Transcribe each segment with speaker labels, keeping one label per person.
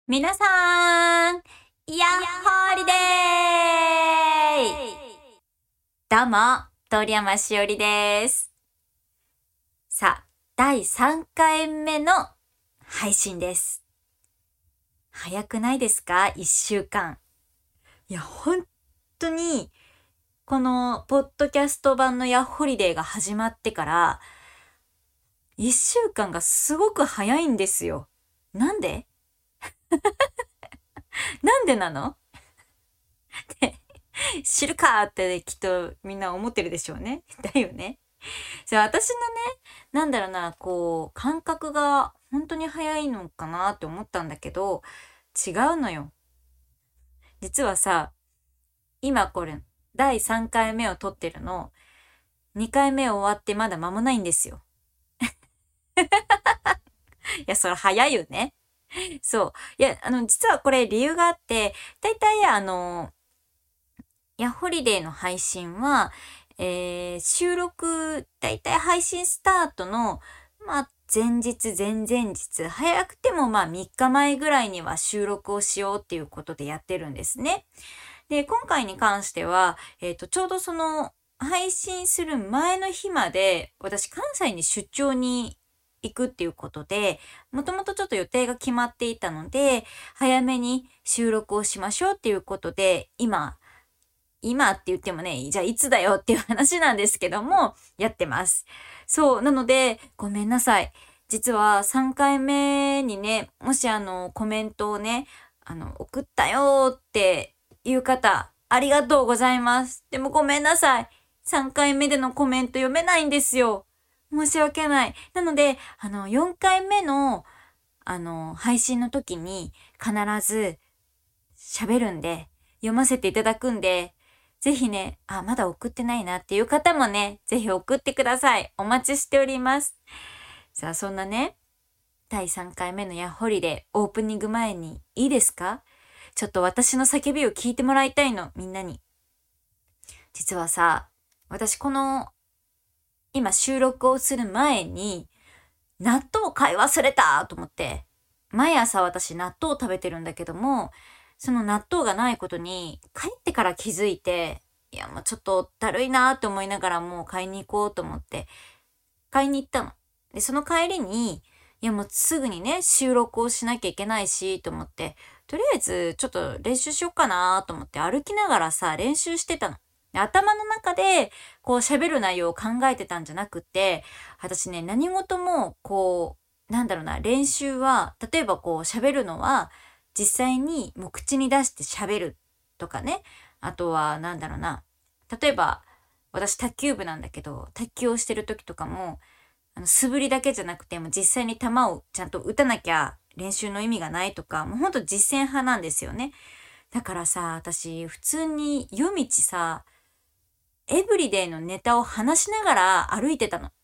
Speaker 1: 皆さん、ヤッホーリデー。どうも、通山しおりです。さあ、第3回目の配信です。早くないですか ?1 週間。いや、本当に、このポッドキャスト版のヤッホリデーが始まってから、1週間がすごく早いんですよ。なんでなんでなのって知るかってきっとみんな思ってるでしょうね。だよね。私のね、感覚が本当に早いのかなって思ったんだけど、違うのよ。実はさ、今これ、第3回目を撮ってるの、2回目終わってまだ間もないんですよ。いや、それ早いよね。そう。いや、実はこれ理由があって、だいたいヤホリデーの配信は、収録、だいたい配信スタートの、前日、前々日、早くても3日前ぐらいには収録をしようっていうことでやってるんですね。で、今回に関しては、ちょうどその、配信する前の日まで、私関西に出張に行くっていうことで、もともとちょっと予定が決まっていたので、早めに収録をしましょうっていうことで、今って言ってもね、じゃあいつだよっていう話なんですけども、やってます。そう。なので、ごめんなさい。実は3回目にね、もしコメントをね、送ったよっていう方、ありがとうございます。でもごめんなさい。3回目でのコメント読めないんですよ。申し訳ない。なので、4回目の、配信の時に必ず喋るんで、読ませていただくんで、ぜひね、まだ送ってないなっていう方もね、ぜひ送ってください。お待ちしております。さあ、そんなね、第3回目のヤッホリでオープニング前にいいですか？ちょっと私の叫びを聞いてもらいたいの、みんなに。実はさ、私この、今収録をする前に、納豆買い忘れたと思って、毎朝私納豆を食べてるんだけども、その納豆がないことに帰ってから気づいて、いやもうちょっとだるいなーって思いながらもう買いに行こうと思って買いに行ったの。で、その帰りに、いやもうすぐにね、収録をしなきゃいけないしと思って、とりあえずちょっと練習しよっかなーと思って歩きながらさ、練習してたの。で頭の中でこう喋る内容を考えてたんじゃなくて、私ね、何事も練習は、例えばこう喋るのは、実際にもう口に出して喋るとかね。あとは、例えば、私卓球部なんだけど、卓球をしてる時とかも、素振りだけじゃなくて、もう実際に球をちゃんと打たなきゃ練習の意味がないとか、もうほんと実践派なんですよね。だからさ、私、普通に夜道さ、エブリデイのネタを話しながら歩いてたの。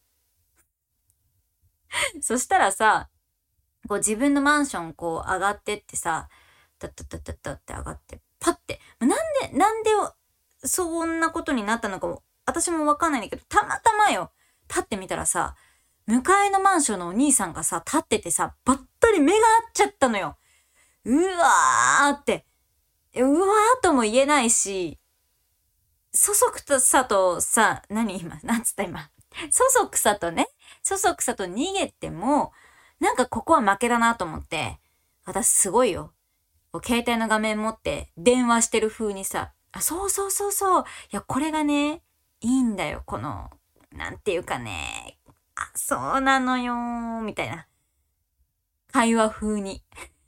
Speaker 1: そしたらさ、こう自分のマンションこう上がってってさ、タッタッタッタッタって上がって、パッて、なんでそんなことになったのかも、私もわかんないんだけど、たまたまよ、立ってみたらさ、向かいのマンションのお兄さんがさ、立っててさ、ばったり目が合っちゃったのよ。うわーって、うわーとも言えないし、そそくさとさ、なんつった今。そそくさとね、そそくさと逃げても、なんかここは負けだなと思って、私すごいよ。携帯の画面持って電話してる風にさ、そうそうそうそう。いや、これがね、いいんだよ。この、なんていうかね、そうなのよー、みたいな。会話風に。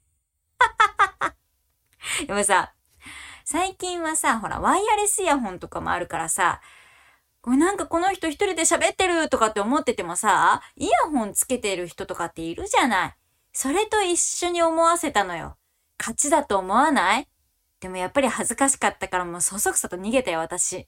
Speaker 1: でもさ、最近はさ、ほら、ワイヤレスイヤホンとかもあるからさ、なんかこの人一人で喋ってるとかって思っててもさ、イヤホンつけてる人とかっているじゃない。それと一緒に思わせたのよ。勝ちだと思わない？でもやっぱり恥ずかしかったからもうそそくさと逃げたよ、私。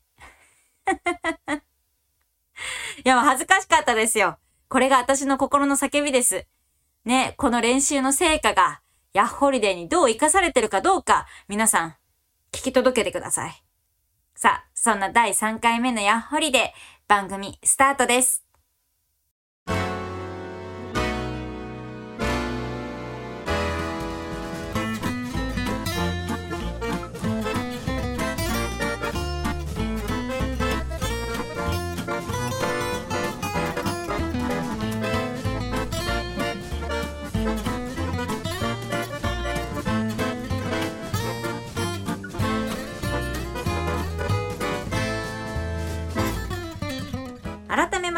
Speaker 1: いや、もう恥ずかしかったですよ。これが私の心の叫びです。ね、この練習の成果が、ヤッホリデーにどう活かされてるかどうか、皆さん、聞き届けてください。さあ、そんな第3回目のヤッホリデー、番組スタートです。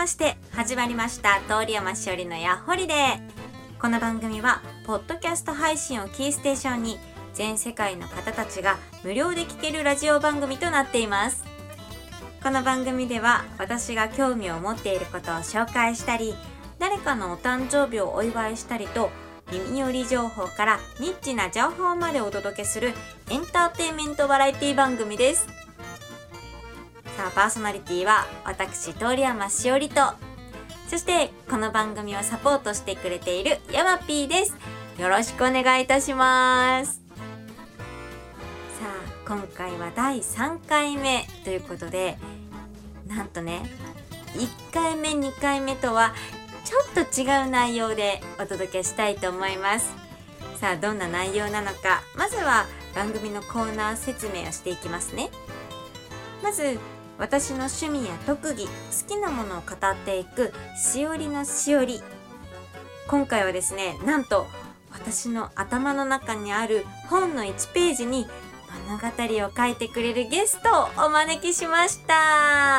Speaker 1: まして始まりました通山しおりのやっほりで。この番組はポッドキャスト配信をキーステーションに全世界の方たちが無料で聴けるラジオ番組となっています。この番組では私が興味を持っていることを紹介したり、誰かのお誕生日をお祝いしたりと、耳寄り情報からニッチな情報までお届けするエンターテインメントバラエティ番組です。さあ、パーソナリティは私通山しおりと、そしてこの番組をサポートしてくれているヤマピーです。よろしくお願いいたします。さあ、今回は第3回目ということで、なんとね、1回目2回目とはちょっと違う内容でお届けしたいと思います。さあ、どんな内容なのか、まずは番組のコーナー説明をしていきますね。まず、私の趣味や特技、好きなものを語っていくしおりのしおり。今回はですね、なんと私の頭の中にある本の1ページに物語を書いてくれるゲストをお招きしました。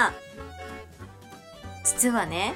Speaker 1: 実はね、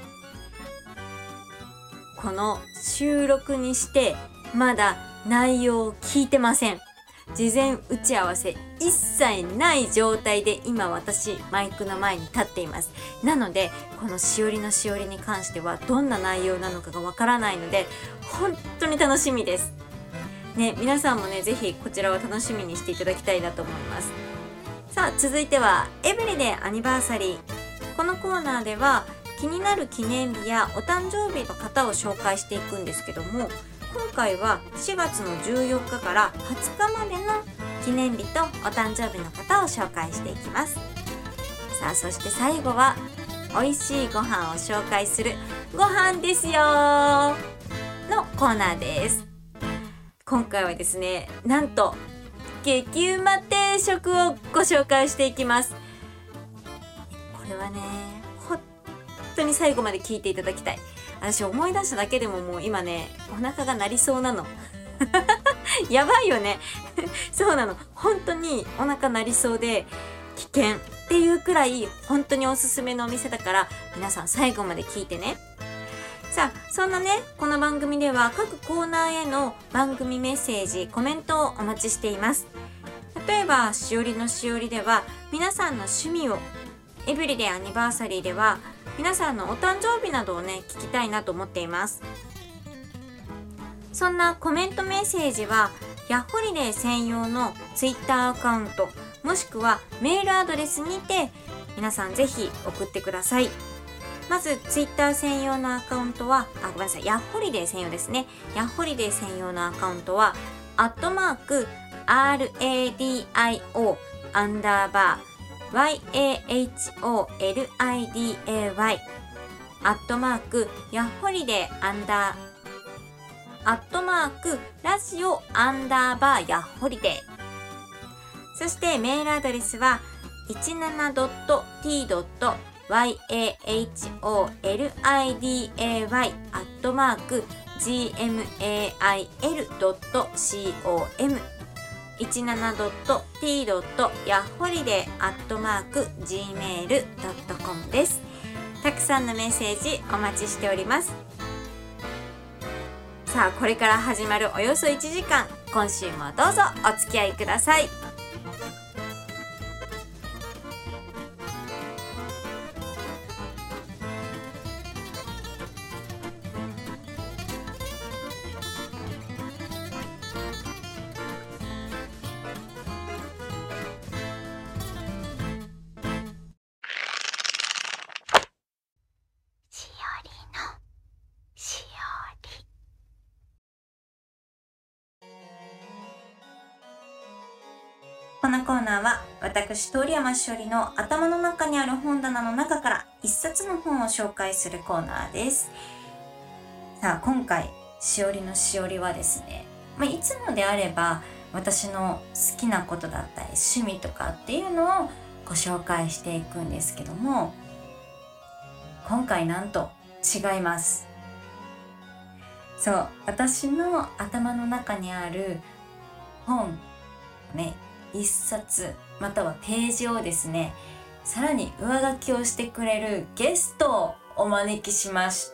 Speaker 1: この収録にしてまだ内容を聞いてません。事前打ち合わせ一切ない状態で今私マイクの前に立っています。なのでこのしおりのしおりに関してはどんな内容なのかがわからないので本当に楽しみですね。皆さんもね、ぜひこちらを楽しみにしていただきたいなと思います。さあ、続いてはエブリデイアニバーサリー。このコーナーでは気になる記念日やお誕生日の方を紹介していくんですけども、今回は4月の14日から20日までの記念日とお誕生日の方を紹介していきます。さあ、そして最後は美味しいご飯を紹介するご飯ですよのコーナーです。今回はですね、なんと激うま定食をご紹介していきます。これはね、本当に最後まで聞いていただきたい。私思い出しただけでももう今ね、お腹が鳴りそうなのやばいよねそうなの、本当にお腹鳴りそうで危険っていうくらい本当におすすめのお店だから、皆さん最後まで聞いてね。さあ、そんなね、この番組では各コーナーへの番組メッセージ、コメントをお待ちしています。例えばしおりのしおりでは皆さんの趣味を、エブリデイアニバーサリーでは皆さんのお誕生日などをね、聞きたいなと思っています。そんなコメントメッセージはヤッホリデー専用のツイッターアカウント、もしくはメールアドレスにて皆さんぜひ送ってください。まずツイッター専用のアカウントは、ごめんなさい、ヤッホリデー専用ですね。ヤッホリデー専用のアカウントは@RADIO YAHOLIDAY ヤッホリデーラジオヤッホリデー。そしてメールアドレスは 17.t.yaholiday@gmail.com17.t.yahholiday@gmail.com です。たくさんのメッセージお待ちしております。さあ、これから始まるおよそ1時間、今週もどうぞお付き合いください。このコーナーは私通山しおりの頭の中にある本棚の中から一冊の本を紹介するコーナーです。さあ、今回しおりのしおりはですね、いつもであれば私の好きなことだったり趣味とかっていうのをご紹介していくんですけども、今回なんと違います。そう、私の頭の中にある本ね、一冊またはページをですね、さらに上書きをしてくれるゲストをお招きしました。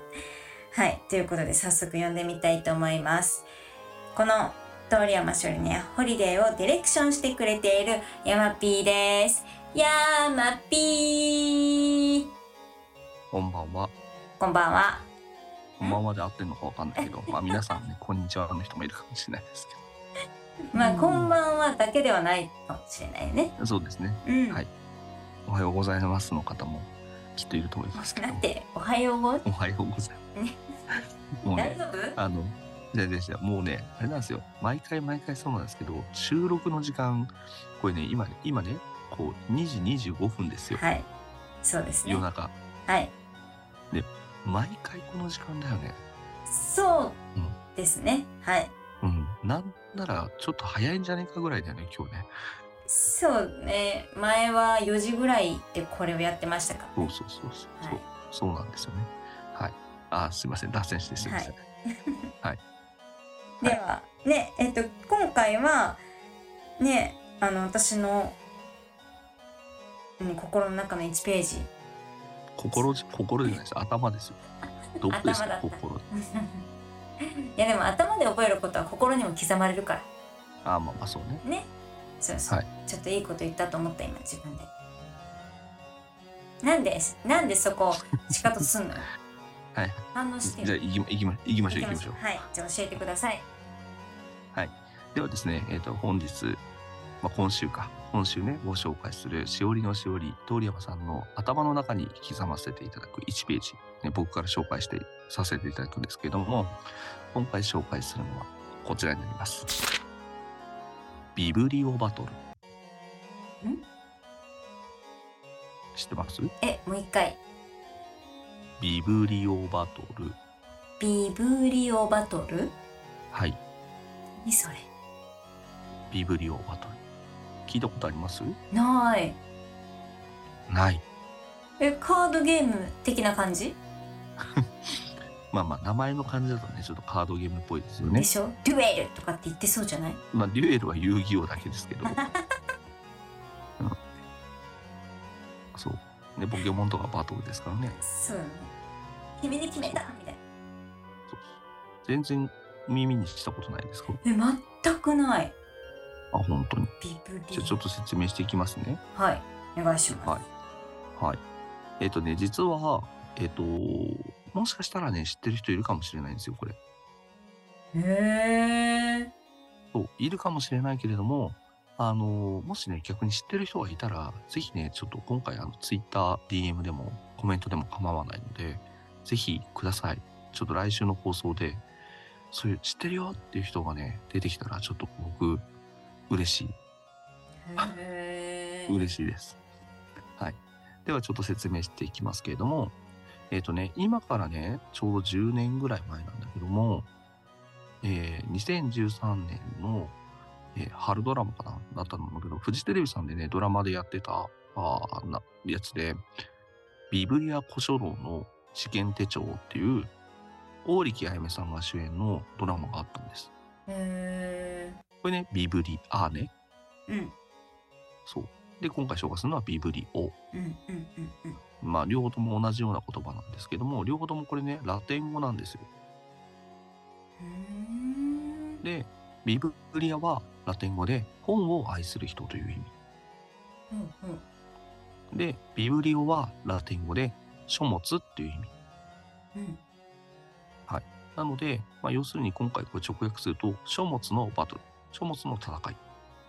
Speaker 1: はい。ということで早速読んでみたいと思います。この通山しおりのヤホリデーをディレクションしてくれているヤマピーです。ヤマピー。
Speaker 2: こんばんは。
Speaker 1: こんばんは。
Speaker 2: こんばんはで合ってんのかわかんないけど、まあ皆さんね、こんにちはの人もいるかもしれないですけど。
Speaker 1: まあ、こんばんはだけではないかもしれないね。
Speaker 2: そうですね。はい。おはようございますの方もきっといると思いますけど。
Speaker 1: なんて、おはようございます。
Speaker 2: おはようございます。もうね、
Speaker 1: 大丈夫？
Speaker 2: じゃもうね、あれなんですよ。毎回そうなんですけど、収録の時間、これね、今ね、こう、2時25分ですよ。
Speaker 1: はい。そうですね。
Speaker 2: 夜中。
Speaker 1: はい。
Speaker 2: で、毎回この時間だよね。
Speaker 1: そうですね。はい。
Speaker 2: なんなら、ちょっと早いんじゃねえかぐらいだよね、今日ね。
Speaker 1: そうね。前は4時ぐらいでこれをやってましたからね。
Speaker 2: そうなんですよね。はい。すいません。脱線してすいません。はい。
Speaker 1: では、ね、今回は、ね、私の、心の中の1ページ。
Speaker 2: 心じゃないです。頭ですよ。どこですか、心。い
Speaker 1: や、でも頭で覚えることは心にも刻まれるから。
Speaker 2: まあそうね。
Speaker 1: ね。そうそう。はい、ちょっといいこと言ったと思った今自分で。なんでそこ仕方すんのよ。
Speaker 2: はい。
Speaker 1: 反応してる。
Speaker 2: じゃあ行きましょう。
Speaker 1: はい。じゃあ教えてください。
Speaker 2: はい。ではですね、本日、今週ね、ご紹介するしおりのしおり、通山さんの頭の中に刻ませていただく1ページ、ね、僕から紹介させていただくんですけれども、今回紹介するのはこちらになります。ビブリオバトル。知ってます？
Speaker 1: もう一回。
Speaker 2: ビブリオバトル。
Speaker 1: ビブリオバトル？
Speaker 2: はい。
Speaker 1: 何それ？
Speaker 2: ビブリオバトル。聞いたことあります？
Speaker 1: ない。カードゲーム的な感じ？
Speaker 2: まあ名前の感じだとね、ちょっとカードゲームっぽいですよね。
Speaker 1: でしょ？デュエルとかって言ってそうじゃない？
Speaker 2: デュエルは遊戯王だけですけど。そう。ね、ポケモンとかバトルですからね。
Speaker 1: そうね。君に決めたみたいな。
Speaker 2: そう。全然耳にしたことないですか？
Speaker 1: 全くない。
Speaker 2: 本当に。じゃあちょっと説明していきますね。
Speaker 1: はい。お願いします。
Speaker 2: はい。実は、もしかしたらね、知ってる人いるかもしれないんですよ、これ。そう、いるかもしれないけれども、もしね、逆に知ってる人がいたら、ぜひね、ちょっと今回Twitter、DM でもコメントでも構わないので、ぜひください。ちょっと来週の放送で、そういう知ってるよっていう人がね、出てきたら、ちょっと僕、嬉しい。嬉しいです。はい。ではちょっと説明していきますけれども、今からね、ちょうど10年ぐらい前なんだけども、2013年の、春ドラマかなだったんだけど、フジテレビさんでね、ドラマでやってた、やつで、ビブリア古書楼の試験手帳っていう、大力あやめさんが主演のドラマがあったんです。これね、ビブリアね。そう。で、今回紹介するのはビブリオ。両方とも同じような言葉なんですけども、両方ともこれね、ラテン語なんですよ。で、ビブリアはラテン語で本を愛する人という意味。で、ビブリオはラテン語で書物っていう意味。はい。なので、要するに今回これ直訳すると、書物のバトル。書物の戦い。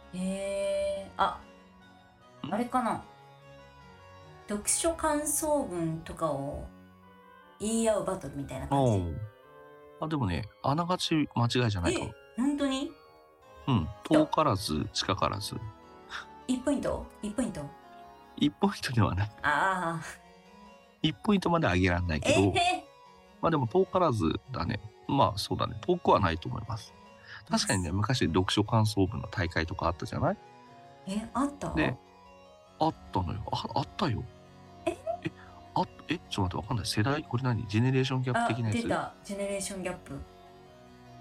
Speaker 1: あれかな？読書感想文とかを言い合うバトルみたいな感じ？
Speaker 2: でもね、あながち間違いじゃないかも。
Speaker 1: 本当に？
Speaker 2: 遠からず近からず。
Speaker 1: 1ポイント ?1 ポイント
Speaker 2: ?1 ポイントではない。1ポイントまで上げられないけど、でも遠からずだね。そうだね。遠くはないと思います。確かにね、昔読書感想文の大会とかあったじゃない？
Speaker 1: あった？
Speaker 2: で、あったのよ。あったよ。ちょっと待って、わかんない。世代、これ何？ジェネレーションギャップ的なやつ？
Speaker 1: 出た。ジェネレーションギャップ。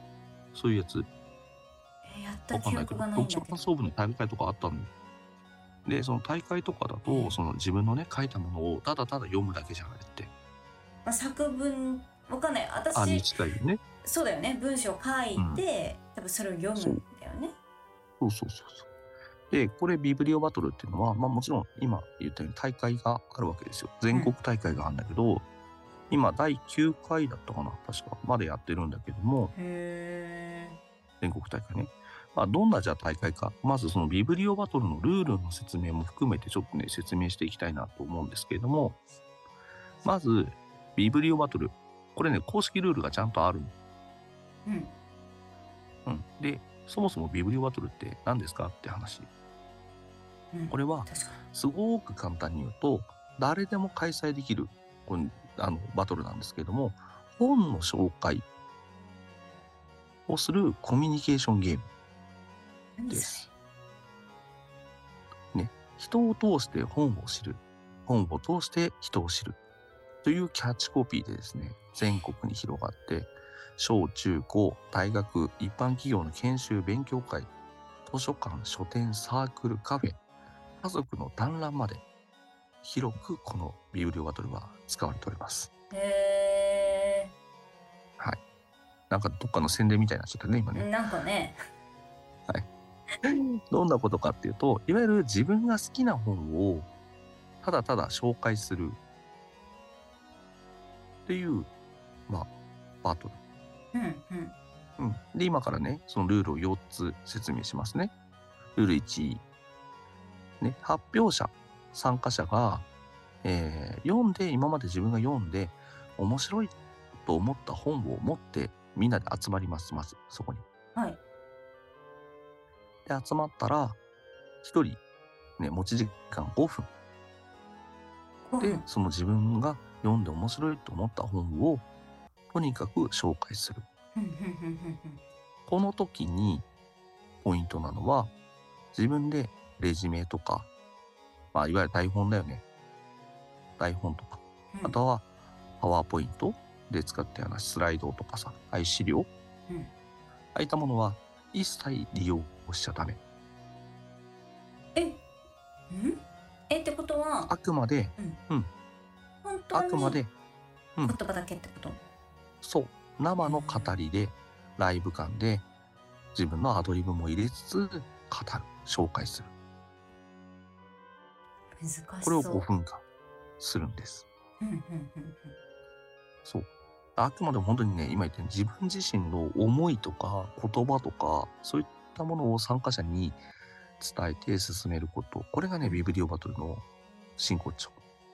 Speaker 2: そういうやつ？
Speaker 1: やった記憶がないんだけど。
Speaker 2: 読書感想文の大会とかあったのよ。 で、その大会とかだと、その自分のね、書いたものをただただ読むだけじゃなくて。
Speaker 1: 作文、わかんない。
Speaker 2: に近いよね。
Speaker 1: そうだよね。文章を書いて、多分それを読むんだよね。
Speaker 2: そう。で、これビブリオバトルっていうのは、もちろん今言ったように大会があるわけですよ。全国大会があるんだけど、今第9回だったかな、確かまでやってるんだけども、全国大会ね。どんなじゃあ大会か、まずそのビブリオバトルのルールの説明も含めてちょっとね、説明していきたいなと思うんですけれども、まず、ビブリオバトル。これね、公式ルールがちゃんとある。で、そもそもビブリオバトルって何ですかって話。これは、すごく簡単に言うと、誰でも開催できるバトルなんですけれども、本の紹介をするコミュニケーションゲームです。ね、人を通して本を知る、本を通して人を知るというキャッチコピーでですね、全国に広がって、小中高、大学、一般企業の研修、勉強会、図書館、書店、サークル、カフェ、家族の団らんまで広くこのビブリオバトルは使われております。はい。なんかどっかの宣伝みたいになっちゃったね、今ね。
Speaker 1: なんかね。
Speaker 2: はい。どんなことかっていうと、いわゆる自分が好きな本をただただ紹介するっていう、バトル。で、今からね、そのルールを4つ説明しますね。ルール1、ね、発表者、参加者が、今まで自分が読んで面白いと思った本を持ってみんなで集まります、まずそこに。
Speaker 1: はい。
Speaker 2: で、集まったら、1人、ね、持ち時間5分。で、その自分が読んで面白いと思った本をとにかく紹介する。この時にポイントなのは、自分でレジュメとか、いわゆる台本だよね。台本とか。あとは、パワーポイントで使ったようなスライドとかさ、ああいう資料。ああいったものは一切利用しちゃダメ。
Speaker 1: ってことは、
Speaker 2: あくまで、
Speaker 1: 本当に
Speaker 2: あくまで、
Speaker 1: 言葉だけってこと？
Speaker 2: そう。生の語りで、ライブ感で、自分のアドリブも入れつつ、語る。紹介する。
Speaker 1: 難しそう。
Speaker 2: これを5分間するんです。そう。あくまでも本当にね、今言ったように自分自身の思いとか言葉とか、そういったものを参加者に伝えて進めること。これがね、ビブリオバトルの真骨頂。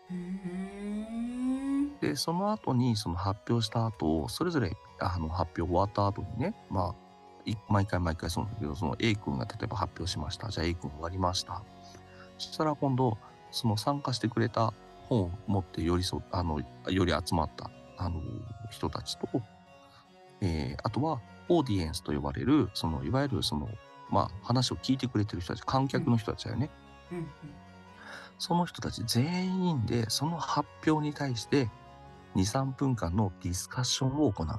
Speaker 2: で、その後に、その発表した後、それぞれ、発表終わった後にね、毎回そうなんだけど、その A 君が例えば発表しました。じゃあ A 君終わりました。そしたら今度、その参加してくれた本を持ってより集まった、人たちと、あとは、オーディエンスと呼ばれる、いわゆる話を聞いてくれてる人たち、観客の人たちだよね。その人たち全員で、その発表に対して、2、3分間のディスカッションを行う。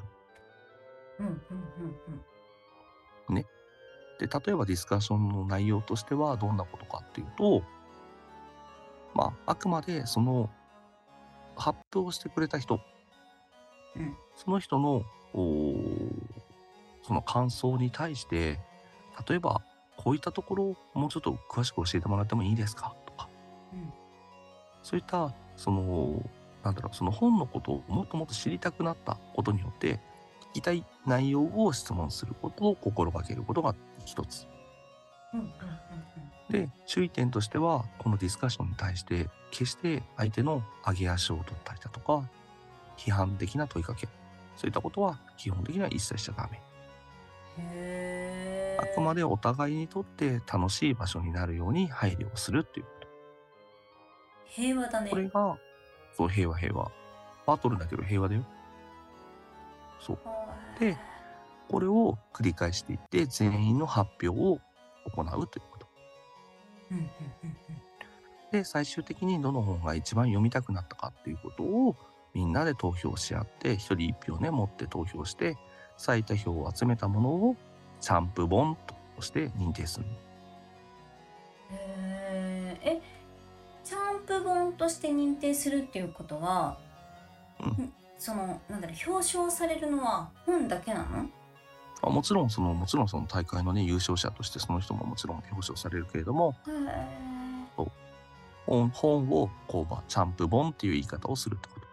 Speaker 2: ね。で、例えばディスカッションの内容としてはどんなことかっていうと、あくまでその発表してくれた人、その人のその感想に対して、例えばこういったところをもうちょっと詳しく教えてもらってもいいですかとか、そういったその本のことをもっともっと知りたくなったことによって聞きたい内容を質問することを心がけることが一つ。で、注意点としては、このディスカッションに対して、決して相手の上げ足を取ったりだとか、批判的な問いかけ、そういったことは基本的には一切しちゃダメ。あくまでお互いにとって楽しい場所になるように配慮をするっていうこと。
Speaker 1: 平和だね。
Speaker 2: これが、そう、平和。バトルだけど平和だよ。そう。で、これを繰り返していって、全員の発表を行うということ。で、最終的にどの本が一番読みたくなったかっていうことをみんなで投票し合って、一人一票ね、持って投票して、最多票を集めたものをチャンプ本として認定する。
Speaker 1: チャンプ本として認定するっていうことは、そのなんだろう、表彰されるのは本だけなの？
Speaker 2: もちろんその大会のね優勝者としてその人ももちろん表彰されるけれども、本をこうチャンプ本っていう言い方をするってこと。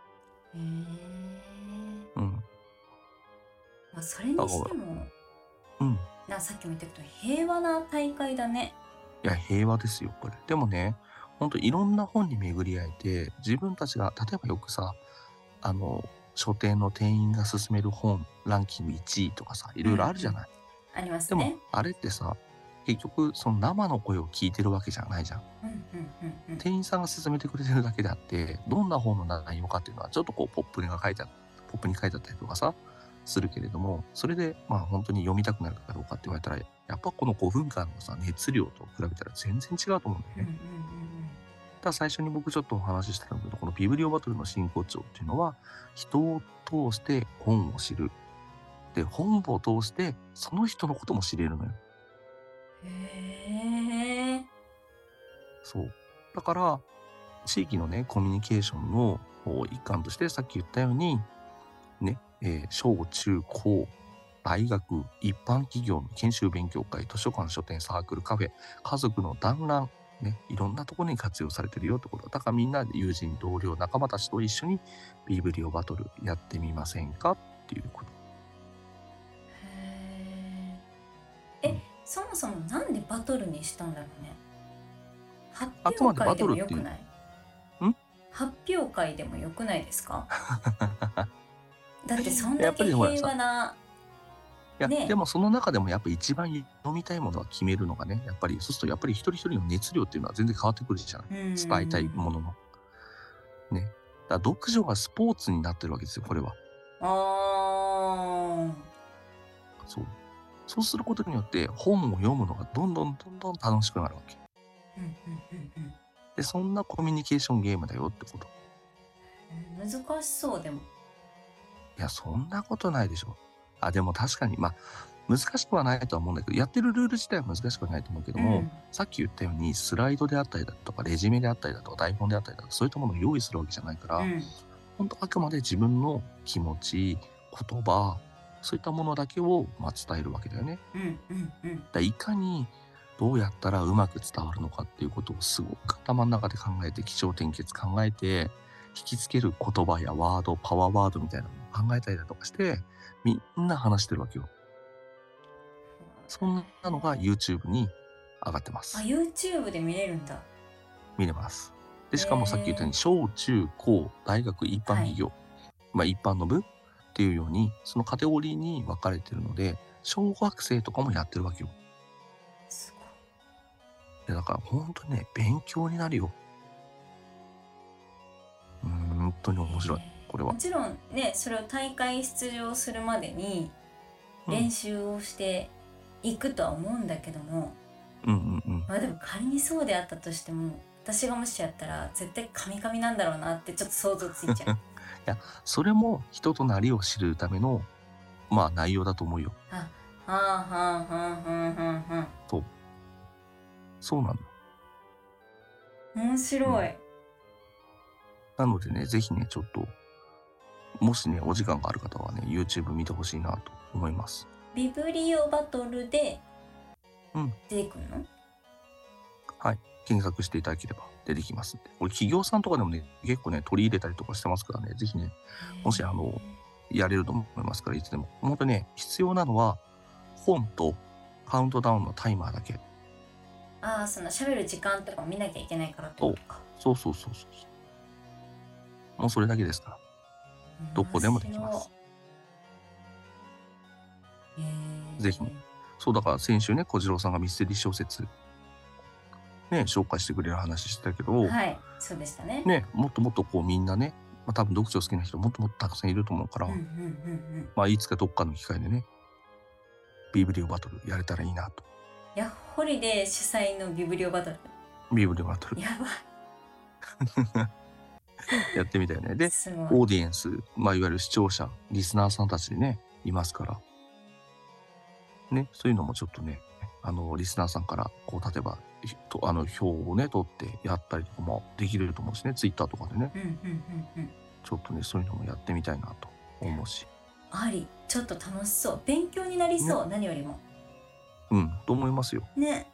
Speaker 1: まあ、それにしてもさっきも言ったけど平和な大会だね。
Speaker 2: いや平和ですよこれ。でもね、ほんといろんな本に巡り合えて、自分たちが例えばよくさ書店の店員が勧める本ランキング1位とかさ、いろいろあるじゃない。
Speaker 1: ありますね。
Speaker 2: でもあれってさ、結局その生の声を聞いてるわけじゃないじゃん。店員さんが勧めてくれてるだけであって、どんな本の内容かっていうのはちょっとこうポップに書いてあったりとかさするけれども、それでまあ本当に読みたくなるかどうかって言われたら、やっぱこの5分間のさ熱量と比べたら全然違うと思うんだよね。ただ最初に僕ちょっとお話ししてたんだけど、このビブリオバトルの真骨頂っていうのは、人を通して本を知る。で、本を通してその人のことも知れるのよ。そう。だから、地域のね、コミュニケーションの一環として、さっき言ったように、ね、小中高、大学、一般企業の研修勉強会、図書館、書店、サークル、カフェ、家族の団らん、ね、いろんなところに活用されてるよってこと。だからみんなで友人、同僚、仲間たちと一緒にビブリオバトルやってみませんかっていうこと。
Speaker 1: そもそもなんでバトルにしたんだろうね。発
Speaker 2: あくま
Speaker 1: 表会で
Speaker 2: でバトルっていう。
Speaker 1: もよくない？発表会でもよくないですか？だってそんだけ平和な。
Speaker 2: いや、でもその中でもやっぱ一番読みたいものは決めるのがね、やっぱりそうするとやっぱり一人一人の熱量っていうのは全然変わってくるじゃない。伝えたいものの。ね。だから読書がスポーツになってるわけですよ、これは。そう。そうすることによって本を読むのがどんどん楽しくなるわけ。で、そんなコミュニケーションゲームだよってこと。
Speaker 1: 難しそうでも。
Speaker 2: いや、そんなことないでしょ。でも確かに、まあ、難しくはないとは思うんだけど、やってるルール自体は難しくはないと思うけども、さっき言ったように、スライドであったりだとか、レジュメであったりだとか、台本であったりだとか、そういったものを用意するわけじゃないから、本当あくまで自分の気持ち、言葉、そういったものだけを、伝えるわけだよね。いかにどうやったらうまく伝わるのかっていうことをすごく頭の中で考えて、起承転結考えて、引きつける言葉やワード、パワーワードみたいなのを考えたりだとかして、みんな話してるわけよ。そんなのが YouTube に上がってます。
Speaker 1: YouTube で見れるんだ。
Speaker 2: 見れます。で、しかもさっき言ったように、小中高、大学、一般企業、一般の部っていうように、そのカテゴリーに分かれてるので、小学生とかもやってるわけよ。
Speaker 1: すごい。
Speaker 2: だから本当にね、勉強になるよ。本当に面白い、これは。
Speaker 1: もちろんね、それを大会出場するまでに練習をしていくとは思うんだけども、でも仮にそうであったとしても、私がもしやったら絶対カミカミなんだろうなってちょっと想像ついちゃう。い
Speaker 2: や、それも人となりを知るための内容だと思うよ。そうなの。
Speaker 1: 面白い。
Speaker 2: なのでね、ぜひね、ちょっと、もしね、お時間がある方はね、YouTube 見てほしいなと思います。
Speaker 1: ビブリオバトルで出てくるの？
Speaker 2: はい。検索していただければ出てきますんで。これ企業さんとかでもね、結構ね、取り入れたりとかしてますからね、ぜひね、もしやれると思いますから、いつでも。本当にね、必要なのは、本とカウントダウンのタイマーだけ。
Speaker 1: その喋る時間とかも見なきゃいけないからってことか。
Speaker 2: そう。もうそれだけですから。どこでもできます。ぜひね。そう、だから先週ね、小次郎さんがミステリー小説、ね、紹介してくれる話してたけど、
Speaker 1: はい、そうでしたね。
Speaker 2: ね、もっともっとこうみんなね、多分読書好きな人もっともっとたくさんいると思うから、いつかどっかの機会でね、ビブリオバトルやれたらいいなと。
Speaker 1: ホリデー主催のビブリオバトル。
Speaker 2: ビブリオバトル。
Speaker 1: やば
Speaker 2: い。やってみたよね。で、オーディエンス、いわゆる視聴者、リスナーさんたちでね、いますから。ね、そういうのもちょっとね、 リスナーさんからこう例えば票をね取ってやったりとかもできると思うしね、ツイッターとかでね、ちょっとねそういうのもやってみたいなと思うし、
Speaker 1: あり、ちょっと楽しそう、勉強になりそう、何よりも
Speaker 2: と思いますよ
Speaker 1: ね。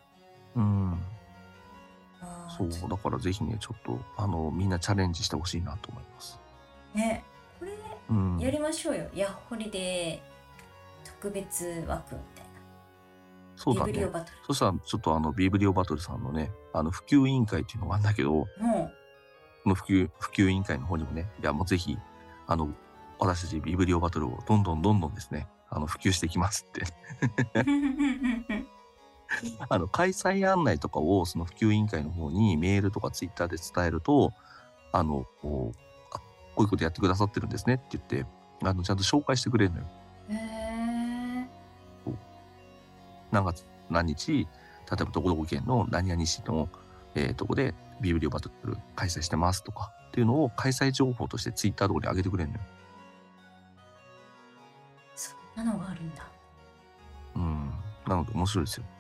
Speaker 2: そうだからぜひねちょっとみんなチャレンジしてほしいなと思います
Speaker 1: ね。これやりましょうよ、ヤッホリデー特別枠みたいな。
Speaker 2: そうだね。
Speaker 1: ビブリオバトル。
Speaker 2: そしたらちょっとビブリオバトルさんのね普及委員会っていうのがあるんだけど、その普及委員会の方にもね、いやもうぜひ私たちビブリオバトルをどんどんですね普及していきますって開催案内とかをその普及委員会の方にメールとかツイッターで伝えるとこういうことやってくださってるんですねって言ってちゃんと紹介してくれるのよ。何月何日、例えばどこどこ県の何々市のとこでビブリオバトル開催してますとかっていうのを開催情報としてツイッターとかに上げてくれるのよ。
Speaker 1: そんなのがあるんだ。
Speaker 2: なので面白いですよ。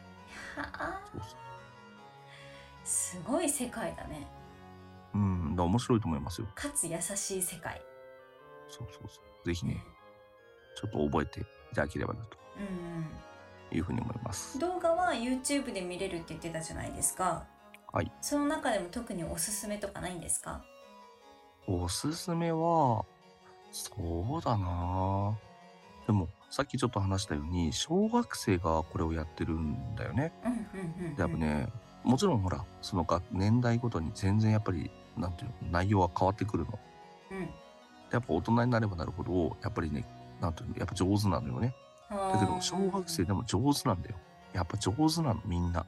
Speaker 1: すごい世界だね。
Speaker 2: だ面白いと思いますよ。
Speaker 1: かつ優しい世界。
Speaker 2: そうぜひね、ちょっと覚えていただければなというふうに思います。
Speaker 1: 動画は YouTube で見れるって言ってたじゃないですか。
Speaker 2: はい。
Speaker 1: その中でも特におすすめとかないんですか？
Speaker 2: おすすめはそうだな。でもさっきちょっと話したように小学生がこれをやってるんだよね。やっぱね、もちろんほらその年代ごとに全然やっぱりなんていうの内容は変わってくるの。やっぱ大人になればなるほどやっぱりねなんていうのやっぱ上手なのよね。だけど小学生でも上手なんだよ。やっぱ上手なのみんな。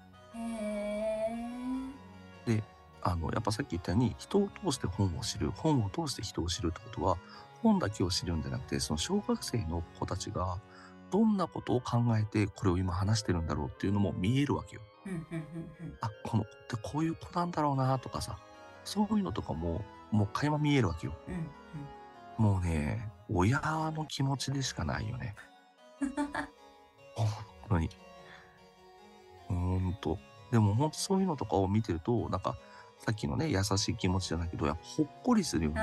Speaker 2: でやっぱさっき言ったように人を通して本を知る、本を通して人を知るってことは本だけを知るんじゃなくて、その小学生の子たちがどんなことを考えてこれを今話してるんだろうっていうのも見えるわけよ。あ、この子ってこういう子なんだろうなとかさ、そういうのとかももう垣間見えるわけよ。もうね、親の気持ちでしかないよね。本当に。でも本当そういうのとかを見てるとなんかさっきのね優しい気持ちじゃないけどやっぱほっこりするよね。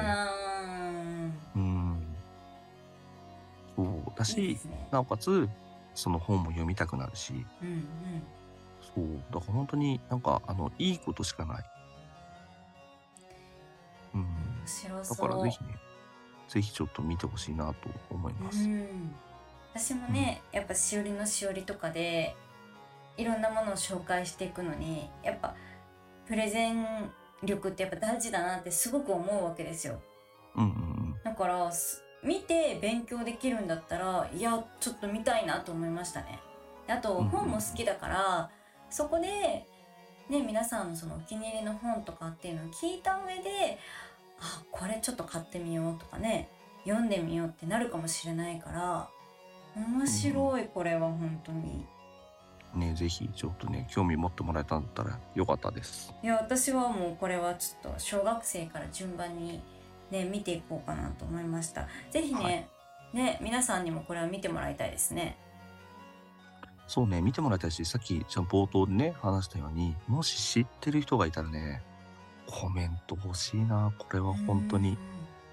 Speaker 2: そうだし、なおかつその本も読みたくなるし、そうだから本当になんかいいことしかない。だからぜひね、ぜひちょっと見てほしいなと思います。
Speaker 1: 私もね、やっぱしおりのしおりとかでいろんなものを紹介していくのにやっぱプレゼン力ってやっぱ大事だなってすごく思うわけですよ。だから見て勉強できるんだったらいやちょっと見たいなと思いましたね。あと本も好きだから、そこでね皆さんのそのお気に入りの本とかっていうのを聞いた上であこれちょっと買ってみようとかね読んでみようってなるかもしれないから面白い、これは本当に
Speaker 2: ね、ぜひちょっとね興味持ってもらえたんだったらよかったです。
Speaker 1: いや私はもうこれはちょっと小学生から順番にね見ていこうかなと思いました。ぜひね、皆さんにもこれは見てもらいたいですね。
Speaker 2: そうね、見てもらいたいし、さっき冒頭でね話したようにもし知ってる人がいたらねコメント欲しいな。これは本当に